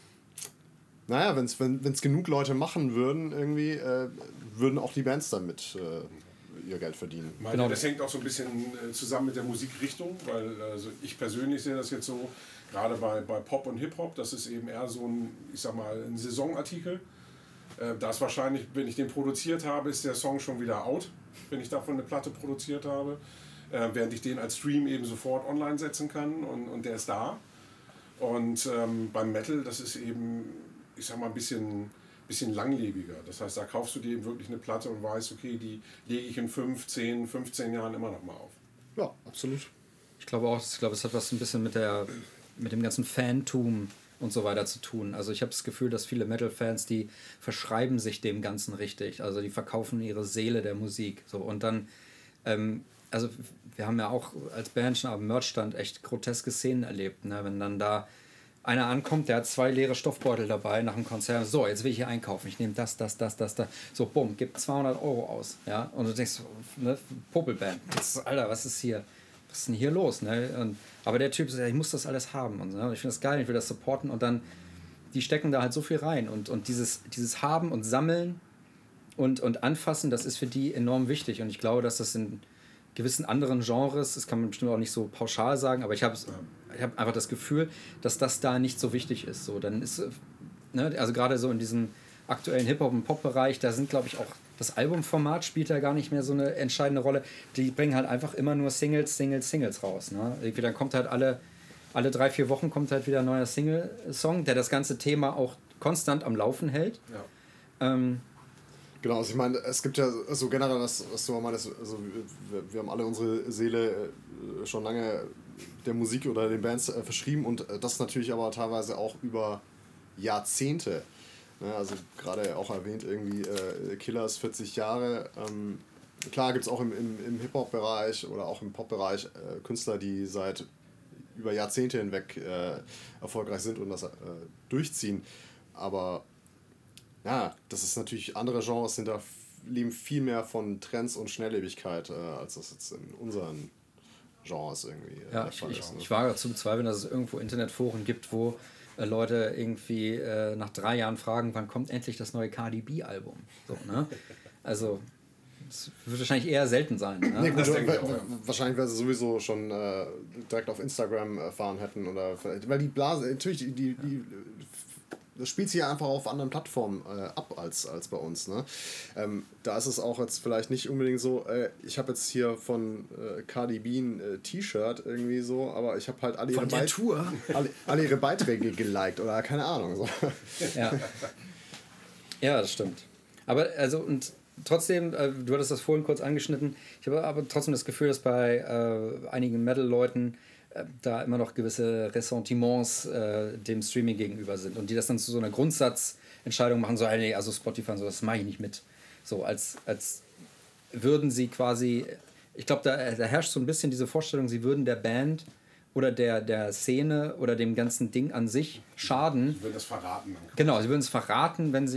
Naja, wenn's genug Leute machen würden, irgendwie, würden auch die Bands damit ihr Geld verdienen. Genau. Das hängt auch so ein bisschen zusammen mit der Musikrichtung, weil also ich persönlich sehe das jetzt so, gerade bei Pop und Hip-Hop, das ist eben eher so ein, ich sag mal, ein Saisonartikel. Da ist wahrscheinlich, wenn ich den produziert habe, ist der Song schon wieder out, wenn ich davon eine Platte produziert habe. Während ich den als Stream eben sofort online setzen kann und der ist da. Und beim Metal, das ist eben, ich sag mal, ein bisschen langlebiger. Das heißt, da kaufst du dir eben wirklich eine Platte und weißt, okay, die lege ich in 5, 10, 15 Jahren immer noch mal auf. Ja, absolut. Ich glaube auch, es hat was ein bisschen mit dem ganzen Fantum und so weiter zu tun. Also ich habe das Gefühl, dass viele Metal-Fans, die verschreiben sich dem Ganzen richtig. Also die verkaufen ihre Seele der Musik. So. Und dann, also wir haben ja auch als Band schon am Merchstand echt groteske Szenen erlebt. Ne? Wenn dann da einer ankommt, der hat 2 leere Stoffbeutel dabei nach dem Konzert. So, jetzt will ich hier einkaufen. Ich nehme das. So, bumm, gib 200 Euro aus. Ja? Und du denkst, ne, Popelband. Alter, was ist hier? Was ist denn hier los? Ne? Aber der Typ sagt, ich muss das alles haben. Und, ne? Ich finde das geil, ich will das supporten. Und dann, die stecken da halt so viel rein. Und dieses Haben und Sammeln und Anfassen, das ist für die enorm wichtig. Und ich glaube, dass das in gewissen anderen Genres, das kann man bestimmt auch nicht so pauschal sagen, aber ich habe einfach das Gefühl, dass das da nicht so wichtig ist. So, dann ist, ne, also gerade so in diesem aktuellen Hip-Hop- und Pop-Bereich, da sind, glaube ich, auch das Albumformat spielt da gar nicht mehr so eine entscheidende Rolle. Die bringen halt einfach immer nur Singles raus. Ne? Irgendwie dann kommt halt alle 3-4 Wochen kommt halt wieder ein neuer Single-Song, der das ganze Thema auch konstant am Laufen hält. Ja. Genau, also ich meine, es gibt ja so generell, was du meinst, also wir haben alle unsere Seele schon lange der Musik oder den Bands verschrieben und das natürlich aber teilweise auch über Jahrzehnte. Ne? Also gerade auch erwähnt irgendwie Killers 40 Jahre. Klar gibt es auch im Hip-Hop-Bereich oder auch im Pop-Bereich Künstler, die seit über Jahrzehnte hinweg erfolgreich sind und das durchziehen. Aber ja, das ist natürlich, andere Genres leben viel mehr von Trends und Schnelllebigkeit, als das jetzt in unseren Genres irgendwie der Fall ist. Ich wage zu bezweifeln, dass es irgendwo Internetforen gibt, wo Leute irgendwie nach 3 Jahren fragen, wann kommt endlich das neue Cardi B-Album. So, ne? Also, das wird wahrscheinlich eher selten sein. Ne? Nee, gut, wahrscheinlich, weil sie sowieso schon direkt auf Instagram erfahren hätten. Oder vielleicht, weil die Blase, natürlich, das spielt sich ja einfach auf anderen Plattformen ab als bei uns. Ne? Da ist es auch jetzt vielleicht nicht unbedingt so, ich habe jetzt hier von Cardi B ein T-Shirt irgendwie so, aber ich habe halt alle ihre Beiträge geliked oder keine Ahnung. So. Ja, das stimmt. Aber also, und trotzdem, du hattest das vorhin kurz angeschnitten, ich habe aber trotzdem das Gefühl, dass bei einigen Metal-Leuten da immer noch gewisse Ressentiments dem Streaming gegenüber sind und die das dann zu so einer Grundsatzentscheidung machen, so, nee, also Spotify und so, das mache ich nicht mit. So, als würden sie quasi, ich glaube, da herrscht so ein bisschen diese Vorstellung, sie würden der Band oder der Szene oder dem ganzen Ding an sich schaden. Sie würden das verraten. Genau, sie würden es verraten, wenn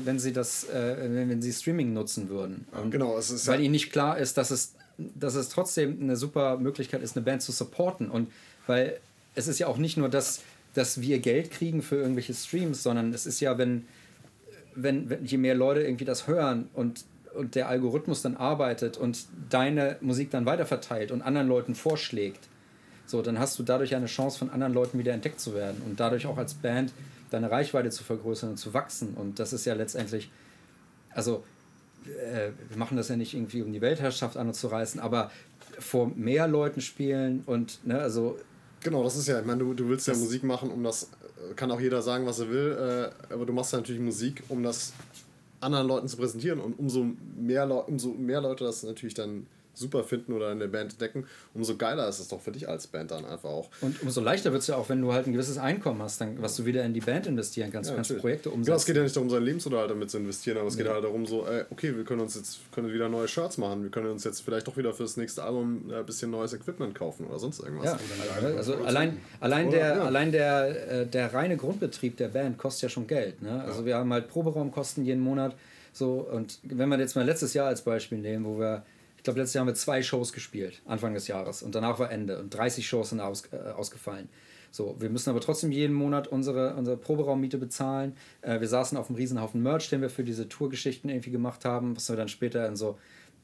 sie Streaming nutzen würden. Und Genau, es ist weil ihnen nicht klar ist, dass es trotzdem eine super Möglichkeit ist, eine Band zu supporten. Und weil es ist ja auch nicht nur, dass wir Geld kriegen für irgendwelche Streams, sondern es ist ja, wenn je mehr Leute irgendwie das hören und der Algorithmus dann arbeitet und deine Musik dann weiterverteilt und anderen Leuten vorschlägt, so, dann hast du dadurch eine Chance, von anderen Leuten wieder entdeckt zu werden und dadurch auch als Band deine Reichweite zu vergrößern und zu wachsen. Und das ist ja letztendlich, also wir machen das ja nicht irgendwie, um die Weltherrschaft anzureißen, aber vor mehr Leuten spielen und, ne, also... Genau, das ist ja, ich meine, du willst ja Musik machen, um das, kann auch jeder sagen, was er will, aber du machst ja natürlich Musik, um das anderen Leuten zu präsentieren und umso mehr Leute das natürlich dann super finden oder in der Band entdecken, umso geiler ist es doch für dich als Band dann einfach auch. Und umso leichter wird es ja auch, wenn du halt ein gewisses Einkommen hast, dann, was du wieder in die Band investieren kannst, kannst Projekte umsetzen. Genau, es geht ja nicht darum, seinen Lebensunterhalt damit zu investieren, aber es geht halt darum, so, okay, wir können wieder neue Shirts machen, wir können uns jetzt vielleicht doch wieder fürs nächste Album ein bisschen neues Equipment kaufen oder sonst irgendwas. Ja, also allein der reine Grundbetrieb der Band kostet ja schon Geld. Ne? Also wir haben halt Proberaumkosten jeden Monat. So, und wenn wir jetzt mal letztes Jahr als Beispiel nehmen, wo wir, ich glaube, letztes Jahr haben wir 2 Shows gespielt, Anfang des Jahres. Und danach war Ende. Und 30 Shows sind ausgefallen. So, wir müssen aber trotzdem jeden Monat unsere Proberaummiete bezahlen. Wir saßen auf einem Riesenhaufen Merch, den wir für diese Tourgeschichten irgendwie gemacht haben, was wir dann später in so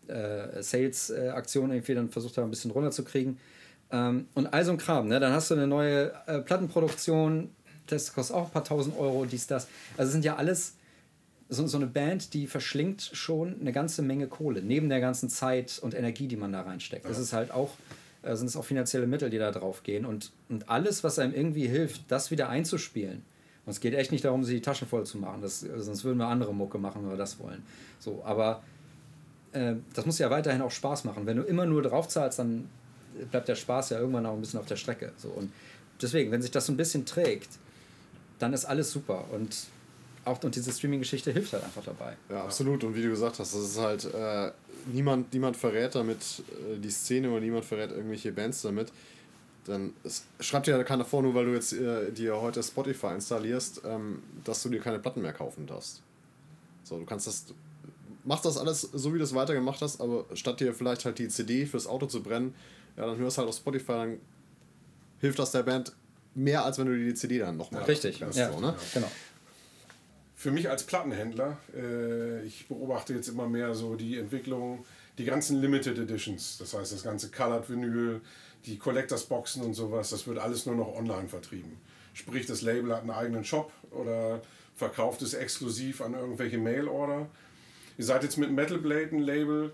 Sales-Aktionen irgendwie dann versucht haben, ein bisschen runterzukriegen. Und all so ein Kram. Ne? Dann hast du eine neue Plattenproduktion, das kostet auch ein paar tausend Euro, dies, das. Also es sind ja alles... So eine Band, die verschlingt schon eine ganze Menge Kohle, neben der ganzen Zeit und Energie, die man da reinsteckt. Das ist halt auch, sind es auch finanzielle Mittel, die da drauf gehen. Und alles, was einem irgendwie hilft, das wieder einzuspielen. Und es geht echt nicht darum, sich die Taschen voll zu machen. Sonst würden wir andere Mucke machen, wenn wir das wollen. So, aber das muss ja weiterhin auch Spaß machen. Wenn du immer nur drauf zahlst, dann bleibt der Spaß ja irgendwann auch ein bisschen auf der Strecke. So, und deswegen, wenn sich das so ein bisschen trägt, dann ist alles super. Und diese Streaming-Geschichte hilft halt einfach dabei. Ja, absolut. Und wie du gesagt hast, das ist halt, niemand verrät damit die Szene oder niemand verrät irgendwelche Bands damit. Dann schreibt dir ja keiner vor, nur weil du jetzt dir heute Spotify installierst, dass du dir keine Platten mehr kaufen darfst. So, du machst das alles so, wie du es weitergemacht hast, aber statt dir vielleicht halt die CD fürs Auto zu brennen, ja, dann hörst halt auf Spotify, dann hilft das der Band mehr, als wenn du die CD dann nochmal... Richtig, hast, ja, so, ne? Genau. Für mich als Plattenhändler, ich beobachte jetzt immer mehr so die Entwicklung, die ganzen Limited Editions, das heißt das ganze Colored Vinyl, die Collectors Boxen und sowas, das wird alles nur noch online vertrieben. Sprich, das Label hat einen eigenen Shop oder verkauft es exklusiv an irgendwelche Mail-Order. Ihr seid jetzt mit Metal Blade ein Label,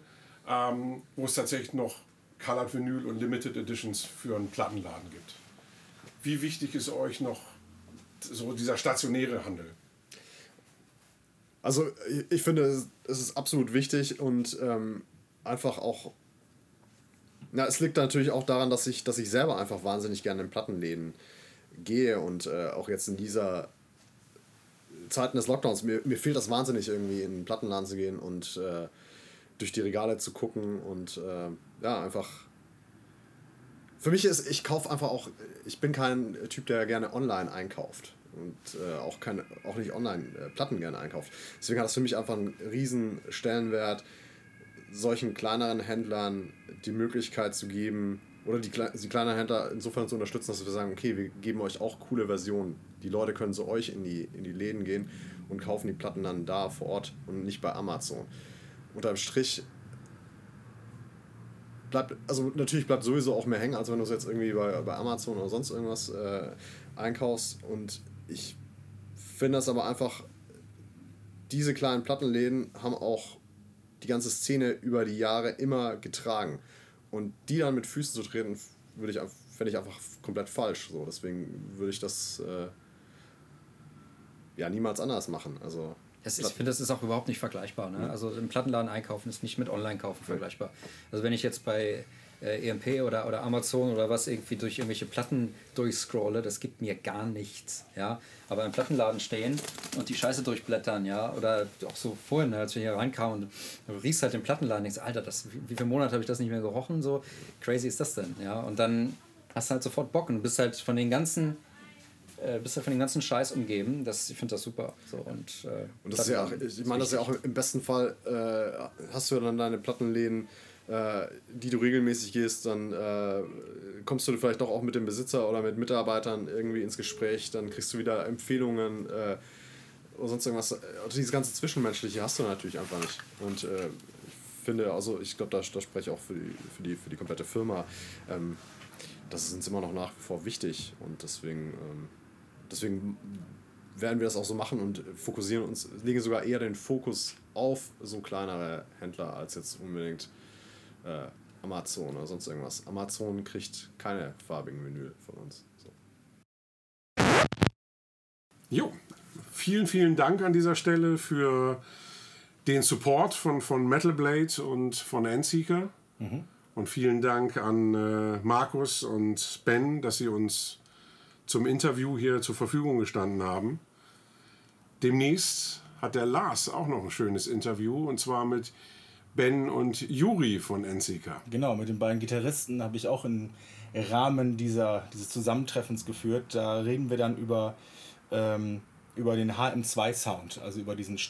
wo es tatsächlich noch Colored Vinyl und Limited Editions für einen Plattenladen gibt. Wie wichtig ist euch noch so dieser stationäre Handel? Also ich finde, es ist absolut wichtig und einfach auch, na, es liegt natürlich auch daran, dass ich selber einfach wahnsinnig gerne in Plattenläden gehe und auch jetzt in dieser Zeiten des Lockdowns, mir fehlt das wahnsinnig irgendwie in den Plattenladen zu gehen und durch die Regale zu gucken und ja, einfach, für mich ist, ich bin kein Typ, der gerne online einkauft. Und auch nicht online Platten gerne einkauft. Deswegen hat das für mich einfach einen riesen Stellenwert, solchen kleineren Händlern die Möglichkeit zu geben, oder die kleineren Händler insofern zu unterstützen, dass wir sagen, okay, wir geben euch auch coole Versionen. Die Leute können zu euch in die Läden gehen und kaufen die Platten dann da vor Ort und nicht bei Amazon. Unterm Strich natürlich bleibt sowieso auch mehr hängen, als wenn du es jetzt irgendwie bei Amazon oder sonst irgendwas einkaufst. Und ich finde das aber einfach, diese kleinen Plattenläden haben auch die ganze Szene über die Jahre immer getragen. Und die dann mit Füßen zu treten, fände ich einfach komplett falsch. So, deswegen würde ich das niemals anders machen. Also, ich finde, das ist auch überhaupt nicht vergleichbar. Ne? Also im Plattenladen einkaufen ist nicht mit Online-Kaufen vergleichbar. Also wenn ich jetzt bei EMP oder Amazon oder was irgendwie durch irgendwelche Platten durchscrolle, das gibt mir gar nichts. Ja? Aber im Plattenladen stehen und die Scheiße durchblättern, ja, oder auch so vorhin, als wir hier reinkamen und du riechst halt den Plattenladen und denkst, Alter, wie viele Monate habe ich das nicht mehr gerochen? So crazy ist das denn? Ja? Und dann hast du halt sofort Bock und du bist halt von den ganzen Scheiß umgeben. Ich finde das super. So, und das ist ja auch, ich meine, das ist ja auch im besten Fall, hast du dann deine Plattenläden, die du regelmäßig gehst, dann kommst du vielleicht doch auch mit dem Besitzer oder mit Mitarbeitern irgendwie ins Gespräch, dann kriegst du wieder Empfehlungen oder sonst irgendwas. Dieses ganze Zwischenmenschliche hast du natürlich einfach nicht. Und ich finde, also ich glaube, da spreche ich auch für die komplette Firma. Das ist uns immer noch nach wie vor wichtig und deswegen werden wir das auch so machen und legen sogar eher den Fokus auf so kleinere Händler als jetzt unbedingt Amazon oder sonst irgendwas. Amazon kriegt keine farbigen Vinyl von uns. So. Jo, vielen, vielen Dank an dieser Stelle für den Support von Metal Blade und von Endseeker. Und vielen Dank an Markus und Ben, dass sie uns zum Interview hier zur Verfügung gestanden haben. Demnächst hat der Lars auch noch ein schönes Interview, und zwar mit Ben und Juri von Endseeker. Genau, mit den beiden Gitarristen habe ich auch im Rahmen dieses Zusammentreffens geführt. Da reden wir dann über den HM2-Sound, also über diesen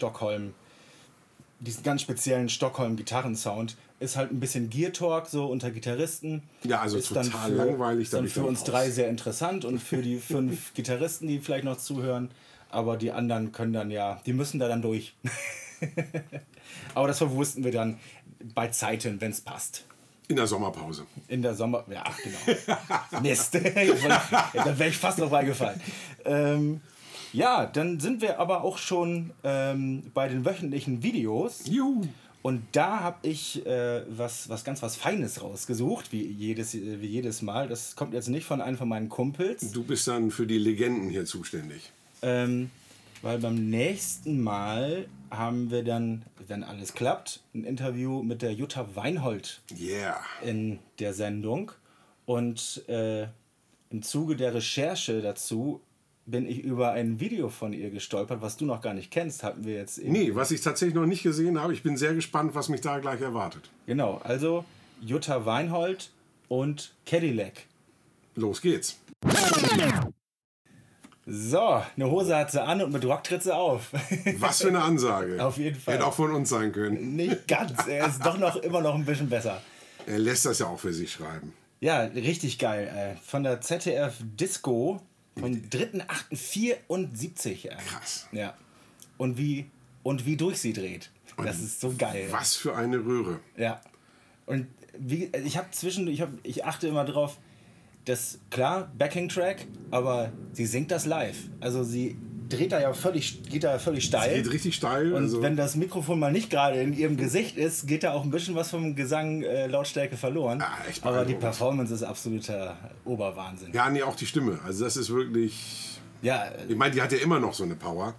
ganz speziellen Stockholm-Gitarrensound. Ist halt ein bisschen Gear Talk so unter Gitarristen. Ja, also ist total langweilig. Ist dann für uns drei sehr interessant und für die 5 Gitarristen, die vielleicht noch zuhören. Aber die anderen die müssen da dann durch. Aber das verwursten wir dann bei Zeiten, wenn es passt. In der Sommerpause. In der ja, genau. Mist. Da wäre ich fast drauf reingefallen. Ja, dann sind wir aber auch schon bei den wöchentlichen Videos. Juhu. Und da habe ich was Feines rausgesucht, wie jedes Mal. Das kommt jetzt nicht von einem von meinen Kumpels. Du bist dann für die Legenden hier zuständig. Weil beim nächsten Mal haben wir dann, wenn alles klappt, ein Interview mit der Jutta Weinhold in der Sendung. Und im Zuge der Recherche dazu bin ich über ein Video von ihr gestolpert, was du noch gar nicht kennst, hatten wir jetzt eben. Nee, was ich tatsächlich noch nicht gesehen habe. Ich bin sehr gespannt, was mich da gleich erwartet. Genau, also Jutta Weinhold und Cadillac. Los geht's. So, eine Hose hat sie an und mit Rock tritt sie auf. Was für eine Ansage. Auf jeden Fall. Hätte auch von uns sein können. Nicht ganz, er ist doch immer noch ein bisschen besser. Er lässt das ja auch für sich schreiben. Ja, richtig geil. Von der ZDF Disco vom 3.8.74. Krass. Ja. Und wie durch sie dreht. Das ist so geil. Was für eine Röhre. Ja. Und ich achte immer drauf, dass, klar, Backing-Track, aber sie singt das live. Also sie geht da völlig steil. Sie geht richtig steil. Und wenn das Mikrofon mal nicht gerade in ihrem Gesicht ist, geht da auch ein bisschen was vom Gesang Lautstärke verloren. Ja, echt aber die Performance ist absoluter Oberwahnsinn. Ja, nee, auch die Stimme. Also das ist wirklich... Ja. Ich meine, die hat ja immer noch so eine Power.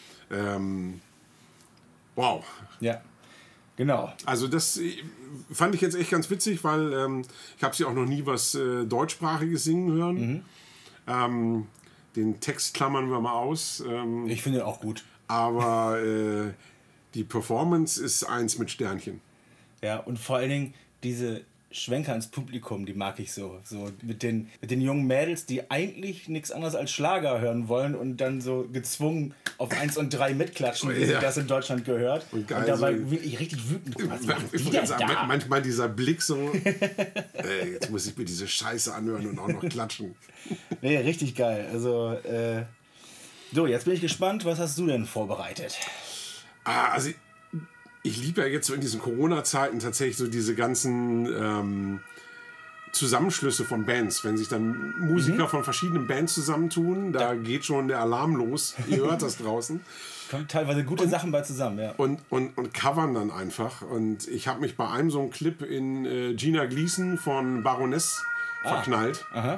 Wow. Ja, genau. Also das fand ich jetzt echt ganz witzig, weil ich habe sie auch noch nie was Deutschsprachiges singen hören. Den Text klammern wir mal aus. Ich finde auch gut. Aber die Performance ist 1 mit Sternchen. Ja, und vor allen Dingen diese Schwenker ins Publikum, die mag ich so. So mit den jungen Mädels, die eigentlich nichts anderes als Schlager hören wollen und dann so gezwungen auf 1 und 3 mitklatschen, wie das in Deutschland gehört. Und dabei wirklich richtig wütend. Manchmal dieser Blick so, jetzt muss ich mir diese Scheiße anhören und auch noch klatschen. Nee, richtig geil. Also, so, jetzt bin ich gespannt, was hast du denn vorbereitet? Also ich liebe ja jetzt so in diesen Corona-Zeiten tatsächlich so diese ganzen Zusammenschlüsse von Bands. Wenn sich dann Musiker von verschiedenen Bands zusammentun, da geht schon der Alarm los. Ihr hört das draußen. Kommen teilweise gute Sachen bei zusammen, ja. Und covern dann einfach. Und ich habe mich bei einem so einen Clip in Gina Gleason von Baroness verknallt. Aha.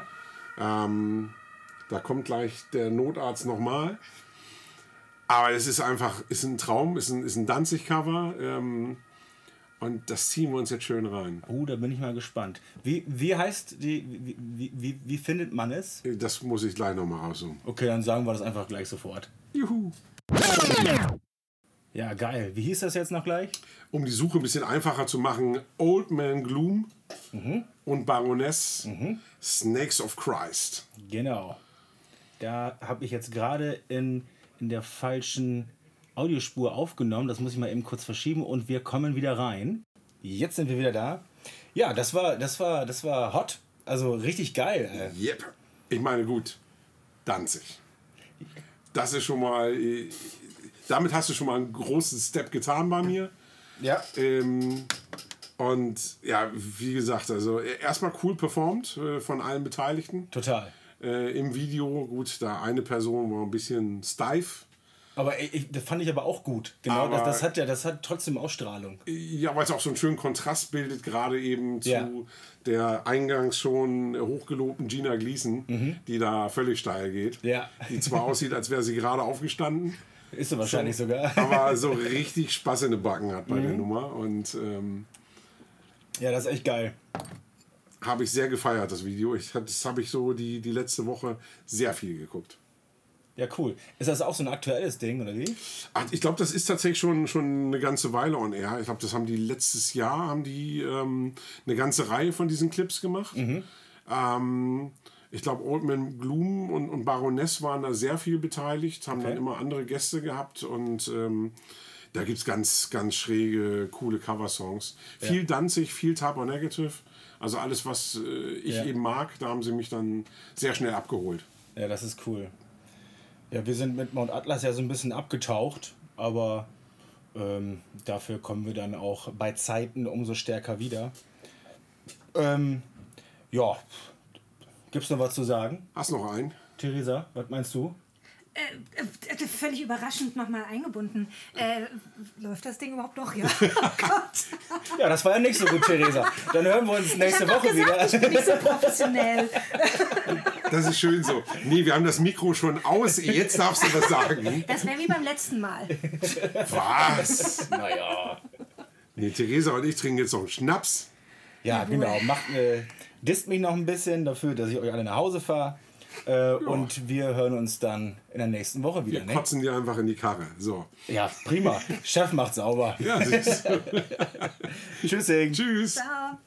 Da kommt gleich der Notarzt nochmal. Aber es ist einfach, ist ein Traum, ist ein Danzig-Cover. Und das ziehen wir uns jetzt schön rein. Da bin ich mal gespannt. Wie heißt wie findet man es? Das muss ich gleich nochmal raussuchen. Okay, dann sagen wir das einfach gleich sofort. Juhu! Ja, geil. Wie hieß das jetzt noch gleich? Um die Suche ein bisschen einfacher zu machen, Old Man Gloom und Baroness Snakes of Christ. Genau. Da habe ich jetzt gerade in der falschen Audiospur aufgenommen. Das muss ich mal eben kurz verschieben und wir kommen wieder rein. Jetzt sind wir wieder da. Ja, das war hot. Also richtig geil. Yep. Ich meine, gut, Danzig. Das ist schon mal, damit hast du schon mal einen großen Step getan bei mir. Ja. Und ja, wie gesagt, also erstmal cool performt von allen Beteiligten. Total. Im Video, gut, da eine Person war ein bisschen steif. Aber das fand ich aber auch gut. Genau, Aber- das hat trotzdem Ausstrahlung. Ja, weil es auch so einen schönen Kontrast bildet, gerade eben zu Ja. der eingangs schon hochgelobten Gina Gleason, die da völlig steil geht. Ja. Die zwar aussieht, als wäre sie gerade aufgestanden, Ist sie wahrscheinlich sogar. aber so richtig Spaß in den Backen hat bei der Nummer. Und Ja, das ist echt geil. habe ich sehr gefeiert, das Video. Das habe ich so die letzte Woche sehr viel geguckt. Ja, cool. Ist das auch so ein aktuelles Ding, oder wie? Ach, ich glaube, das ist tatsächlich schon eine ganze Weile on air. Ich glaube, das haben die letztes Jahr eine ganze Reihe von diesen Clips gemacht. Ich glaube, Old Man Gloom und Baroness waren da sehr viel beteiligt, haben dann immer andere Gäste gehabt und da gibt es ganz, ganz schräge, coole Coversongs. Viel Danzig, viel Type Negative. Also alles, was ich eben mag, da haben sie mich dann sehr schnell abgeholt. Ja, das ist cool. Ja, wir sind mit Mount Atlas ja so ein bisschen abgetaucht, aber dafür kommen wir dann auch bei Zeiten umso stärker wieder. Ja, gibt's noch was zu sagen? Hast noch einen? Theresa, was meinst du? Völlig überraschend nochmal eingebunden. Läuft das Ding überhaupt noch? Ja. Oh Gott. Ja, das war ja nicht so gut, Theresa. Dann hören wir uns nächste Ich hab doch Woche gesagt, wieder. ich bin nicht so professionell. Das ist schön so. Nee, wir haben das Mikro schon aus. Jetzt darfst du was sagen. Das wäre wie beim letzten Mal. Was? Naja. Nee, Theresa und ich trinken jetzt noch einen Schnaps. Ja, genau. Disst mich noch ein bisschen dafür, dass ich euch alle nach Hause fahre. Und wir hören uns dann in der nächsten Woche wieder. Wir Ne? kotzen dir einfach in die Karre. So. Ja, prima. Chef macht sauber. Ja, siehst du. Tschüssing. Tschüss. Ciao.